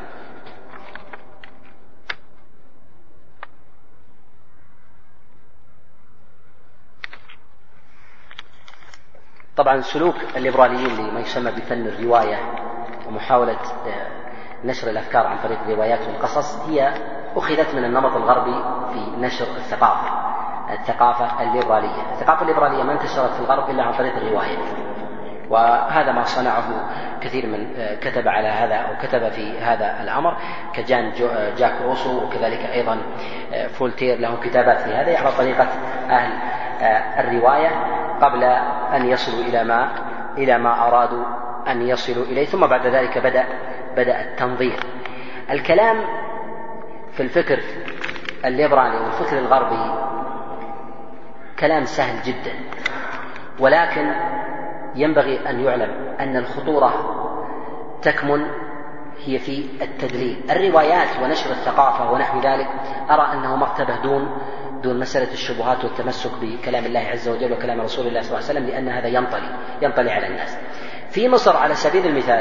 طبعا سلوك الليبراليين لما يسمى بفن الرواية ومحاولة نشر الأفكار عن طريق الروايات والقصص هي أخذت من النمط الغربي في نشر الثقافة الليبرالية. الثقافة الليبرالية ما انتشرت في الغرب إلا عن طريق الرواية، وهذا ما صنعه كثير من كتب على هذا أو كتب في هذا الأمر جاك روسو، وكذلك أيضا فولتير له كتابات في هذا على طريقة أهل الرواية قبل أن يصلوا إلى ما أرادوا أن يصلوا إليه. ثم بعد ذلك بدأ التنظير. الكلام في الفكر الليبرالي والفكر الغربي كلام سهل جدا، ولكن ينبغي أن يعلم أن الخطورة تكمن هي في التدليل. الروايات ونشر الثقافة ونحو ذلك أرى أنه مرتبة دون مسألة الشبهات والتمسك بكلام الله عز وجل وكلام رسول الله صلى الله عليه وسلم، لأن هذا ينطلي على الناس. في مصر على سبيل المثال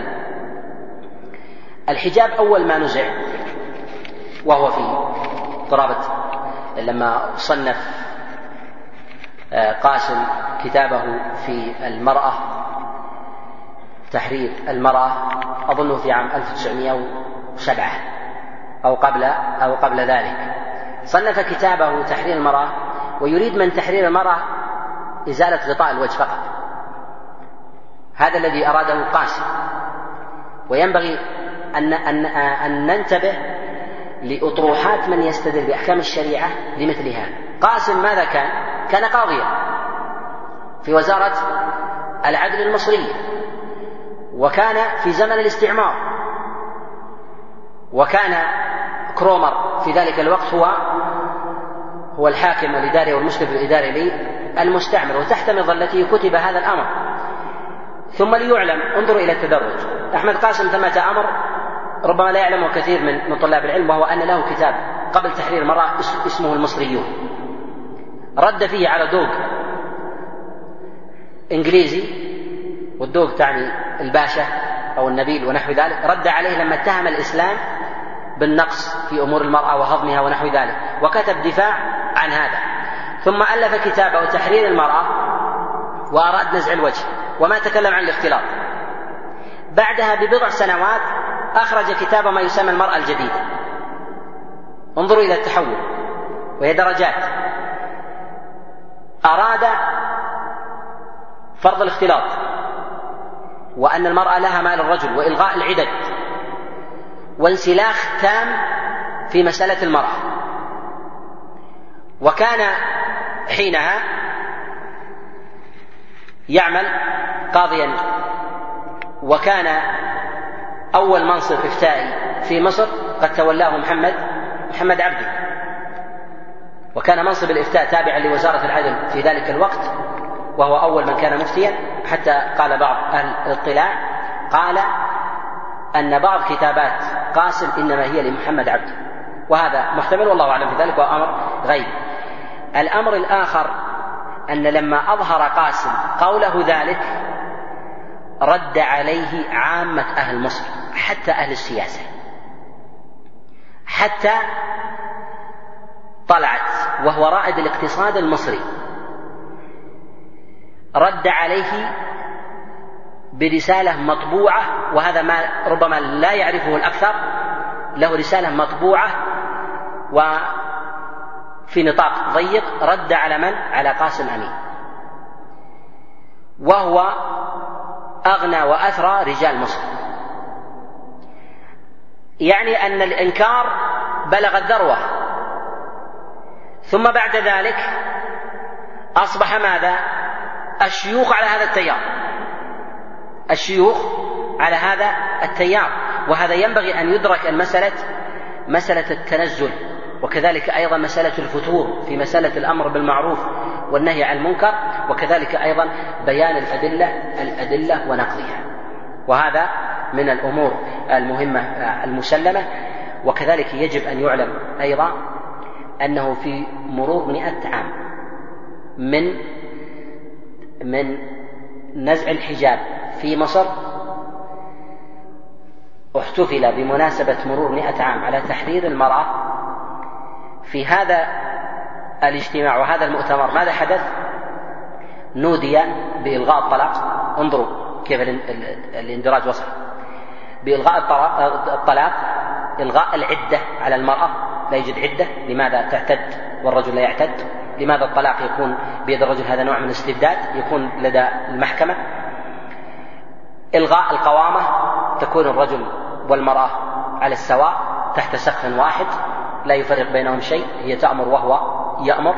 الحجاب أول ما نزع، وهو في قرابة لما صنف قاسم كتابه في المرأة، تحرير المرأة، أظنه في عام 1907 أو قبل ذلك، صنف كتابه تحرير المرأة، ويريد من تحرير المرأة إزالة غطاء الوجه فقط. هذا الذي أراده قاسم، وينبغي أن ننتبه لأطروحات من يستدل بأحكام الشريعة لمثل هذا. قاسم ماذا كان قاضيا في وزارة العدل المصرية، وكان في زمن الاستعمار، وكان كرومر في ذلك الوقت هو الحاكم الإداري والمشرف الإداري للمستعمر، وتحت مظلته كتب هذا الأمر. ثم ليعلم، انظروا إلى التدرج، أحمد قاسم ثمة أمر ربما لا يعلمه كثير من طلاب العلم، وهو أن له كتاب قبل تحرير المرأة اسمه المصريون، رد فيه على دوق إنجليزي، والدوق تعني الباشا أو النبيل ونحو ذلك، رد عليه لما اتهم الإسلام بالنقص في أمور المرأة وهضمها ونحو ذلك، وكتب دفاع عن هذا. ثم ألف كتابه تحرير المرأة وأراد نزع الوجه، وما تكلم عن الاختلاط. بعدها ببضع سنوات أخرج كتابه ما يسمى المرأة الجديدة. انظروا إلى التحول، وهي درجات. أراد فرض الاختلاط، وأن المرأة لها مال الرجل، وإلغاء العدد، وانسلاخ تام في مسألة المرأة. وكان حينها يعمل قاضيا، وكان أول منصب إفتائي في مصر قد تولاه محمد عبده، وكان منصب الإفتاء تابعا لوزارة العدل في ذلك الوقت، وهو أول من كان مفتيا، حتى قال بعض أهل الاطلاع قال أن بعض كتابات قاسم إنما هي لمحمد عبده، وهذا محتمل والله أعلم في ذلك، وأمر غيب. الأمر الآخر أن لما أظهر قاسم قوله ذلك رد عليه عامة أهل مصر، حتى أهل السياسة، حتى طلعت وهو رائد الاقتصاد المصري رد عليه برسالة مطبوعة، وهذا ما ربما لا يعرفه الأكثر، له رسالة مطبوعة وفي نطاق ضيق رد على من؟ على قاسم أمين، وهو أغنى وأثرى رجال مصر. يعني أن الإنكار بلغ الذروة، ثم بعد ذلك أصبح ماذا؟ الشيوخ على هذا التيار، الشيوخ على هذا التيار. وهذا ينبغي أن يدرك مسألة التنزل، وكذلك أيضا مسألة الفتور في مسألة الأمر بالمعروف والنهي عن المنكر، وكذلك أيضا بيان الأدلة ونقضها، وهذا من الأمور المهمة المسلمة. وكذلك يجب أن يعلم أيضا أنه في مرور 100 عام من نزع الحجاب في مصر، احتفل بمناسبة مرور 100 عام على تحرير المرأة. في هذا الاجتماع وهذا المؤتمر ماذا حدث؟ نودي بإلغاء الطلاق. انظروا كيف الاندراج وصل، بإلغاء الطلاق، إلغاء العدة على المرأة، لا يوجد عدة، لماذا تعتد والرجل لا يعتد؟ لماذا الطلاق يكون بيد الرجل؟ هذا نوع من الاستبداد يكون لدى المحكمة. إلغاء القوامة، تكون الرجل والمرأة على السواء تحت سقف واحد لا يفرق بينهم شيء، هي تأمر وهو يأمر.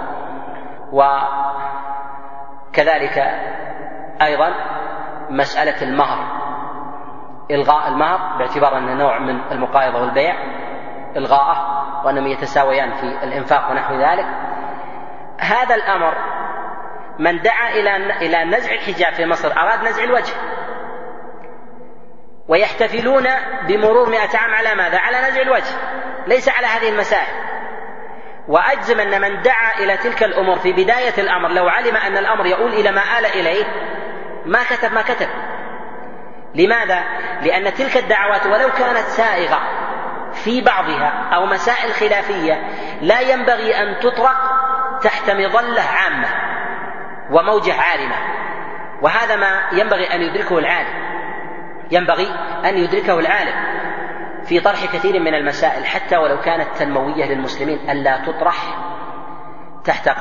وكذلك أيضا مسألة المهر، إلغاء المهر باعتبار أنه نوع من المقايضة والبيع، إلغاءه، وأنهم يتساويان في الإنفاق ونحو ذلك. هذا الأمر من دعا إلى نزع الحجاب في مصر أراد نزع الوجه، ويحتفلون بمرور 100 عام على ماذا؟ على نزع الوجه، ليس على هذه المسائل. وأجزم أن من دعا إلى تلك الأمور في بداية الأمر لو علم أن الأمر يؤول إلى ما آل إليه ما كتب. لماذا؟ لأن تلك الدعوات ولو كانت سائغة في بعضها أو مسائل خلافية لا ينبغي أن تطرق تحت مظلة عامة وموجة عارمة، وهذا ما ينبغي أن يدركه العالم في طرح كثير من المسائل، حتى ولو كانت تنموية للمسلمين، ألا تطرح تحت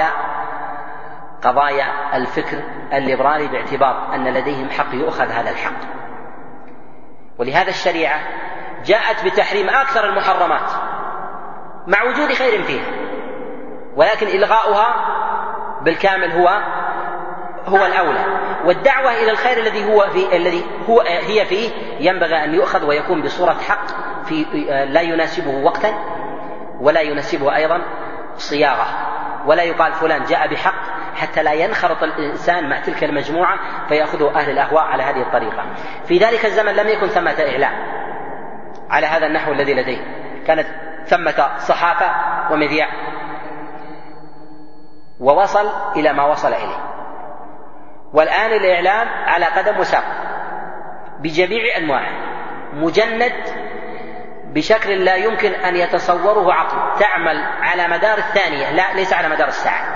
قضايا الفكر الليبرالي، باعتبار أن لديهم حق يؤخذ هذا الحق. ولهذا الشريعة جاءت بتحريم أكثر المحرمات مع وجود خير فيها، ولكن إلغاؤها بالكامل هو الأولى. والدعوة إلى الخير الذي هي فيه ينبغي أن يؤخذ ويكون بصورة حق، لا يناسبه وقتا ولا يناسبه أيضا صياغة، ولا يقال فلان جاء بحق حتى لا ينخرط الإنسان مع تلك المجموعة فيأخذه أهل الأهواء على هذه الطريقة. في ذلك الزمن لم يكن ثمة إعلام على هذا النحو الذي لديه، كانت ثمة صحافة ومذياع، ووصل إلى ما وصل إليه. والآن الإعلام على قدم وساق بجميع أنواعه، مجند بشكل لا يمكن أن يتصوره عقل، تعمل على مدار الثانية، لا ليس على مدار الساعة،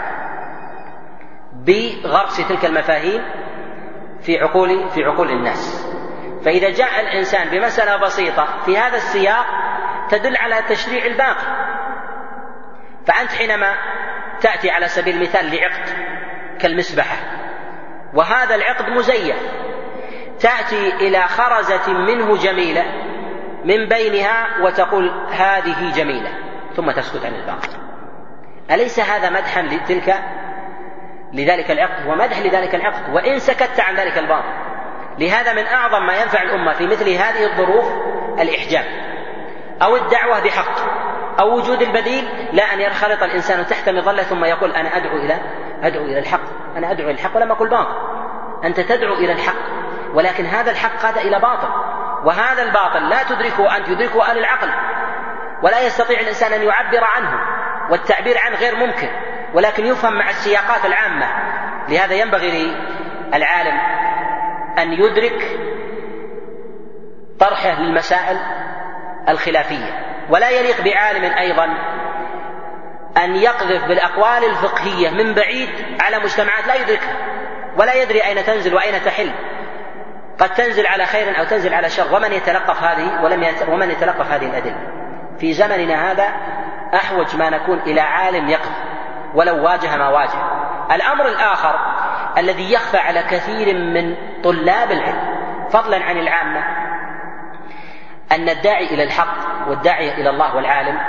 بغرس تلك المفاهيم في عقول الناس. فإذا جاء الإنسان بمسألة بسيطة في هذا السياق تدل على تشريع الباقي، فأنت حينما تأتي على سبيل المثال لعقد كالمسبحة، وهذا العقد مزيف، تأتي إلى خرزة منه جميلة من بينها وتقول هذه جميلة ثم تسكت عن الباقي. أليس هذا مدحا لذلك العقد ومدح لذلك العقد وإن سكت عن ذلك الباطل؟ لهذا من أعظم ما ينفع الأمة في مثل هذه الظروف الإحجام أو الدعوة بحق أو وجود البديل، لا أن ينخرط الإنسان تحت مظلة ثم يقول أنا أدعو إلى الحق، أنا أدعو إلى الحق ولم أقل باطل. أنت تدعو إلى الحق ولكن هذا الحق قاد إلى باطل، وهذا الباطل لا تدركه أنت، يدركه أهل العقل، ولا يستطيع الإنسان أن يعبر عنه، والتعبير عنه غير ممكن، ولكن يفهم مع السياقات العامة. لهذا ينبغي للعالم أن يدرك طرحه للمسائل الخلافية، ولا يليق بعالم أيضا أن يقذف بالأقوال الفقهية من بعيد على مجتمعات لا يدركها ولا يدري أين تنزل وأين تحل، قد تنزل على خير أو تنزل على شر، ومن يتلقف هذه الأدلة. في زمننا هذا أحوج ما نكون إلى عالم يقف ولو واجه ما واجه. الأمر الآخر الذي يخفى على كثير من طلاب العلم فضلا عن العامة، أن الداعي إلى الحق والداعي إلى الله والعالم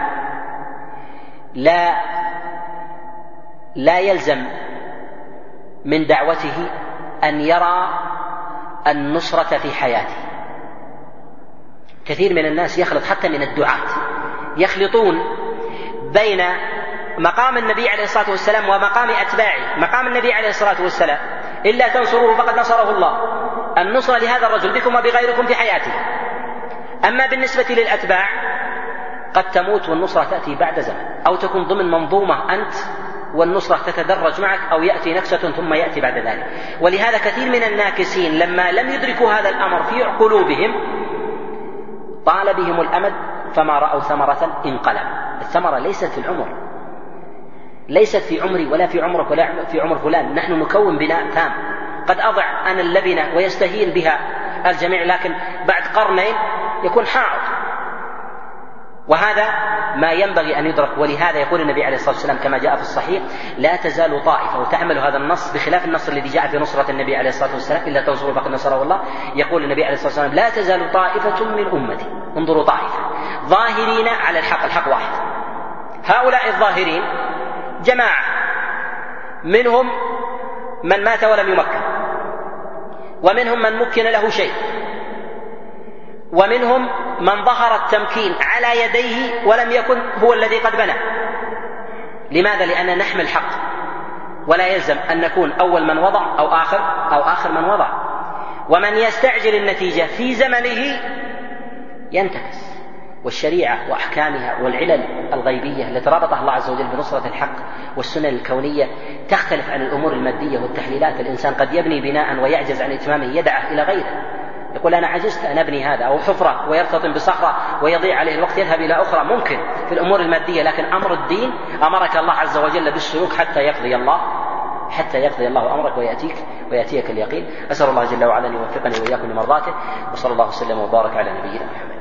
لا يلزم من دعوته أن يرى النصرة في حياته. كثير من الناس يخلط، حتى من الدعاة يخلطون بين مقام النبي عليه الصلاة والسلام ومقام أتباعه. مقام النبي عليه الصلاة والسلام إلا تنصروه فقد نصره الله، النصرة لهذا الرجل بكم وبغيركم في حياته. أما بالنسبة للأتباع قد تموت والنصرة تأتي بعد زمن، أو تكون ضمن منظومة أنت والنصرة تتدرج معك، أو يأتي نكسة ثم يأتي بعد ذلك. ولهذا كثير من الناكسين لما لم يدركوا هذا الأمر في قلوبهم طال بهم الأمد فما رأوا ثمرة انقلب. الثمرة ليست في العمر، ليست في عمري ولا في عمرك ولا في عمر فلان. نحن نكون بناء تام، قد أضع أنا اللبنة ويستهين بها الجميع، لكن بعد قرنين يكون حائط. وهذا ما ينبغي أن يدرك. ولهذا يقول النبي عليه الصلاة والسلام كما جاء في الصحيح: لا تزال طائفة، وتحمل هذا النص بخلاف النص الذي جاء في نصرة النبي عليه الصلاة والسلام: إلا تنصروا فقد نصره الله. يقول النبي عليه الصلاة والسلام: لا تزال طائفة من أمتي، انظروا، طائفة ظاهرين على الحق، الحق واحد. هؤلاء الظاهرين جماعة، منهم من مات ولم يمكن، ومنهم من مكن له شيء، ومنهم من ظهر التمكين على يديه ولم يكن هو الذي قد بنى. لماذا؟ لأننا نحمل حق، ولا يلزم أن نكون أول من وضع أو آخر من وضع. ومن يستعجل النتيجة في زمنه ينتكس. والشريعة وأحكامها والعلل الغيبية التي ربطها الله عز وجل بنصرة الحق والسنن الكونية تختلف عن الأمور المادية والتحليلات. الإنسان قد يبني بناء ويعجز عن إتمامه، يدعه إلى غيره، يقول أنا عجزت أن أبني هذا، أو حفرة ويرتطم بصخرة ويضيع عليه الوقت، يذهب إلى أخرى. ممكن في الأمور المادية، لكن أمر الدين أمرك الله عز وجل بالسلوك حتى يقضي الله أمرك ويأتيك اليقين. أسأل الله جل وعلا أن يوفقني وإياكم لمرضاته، وصلى الله وسلم وبارك على نبينا محمد.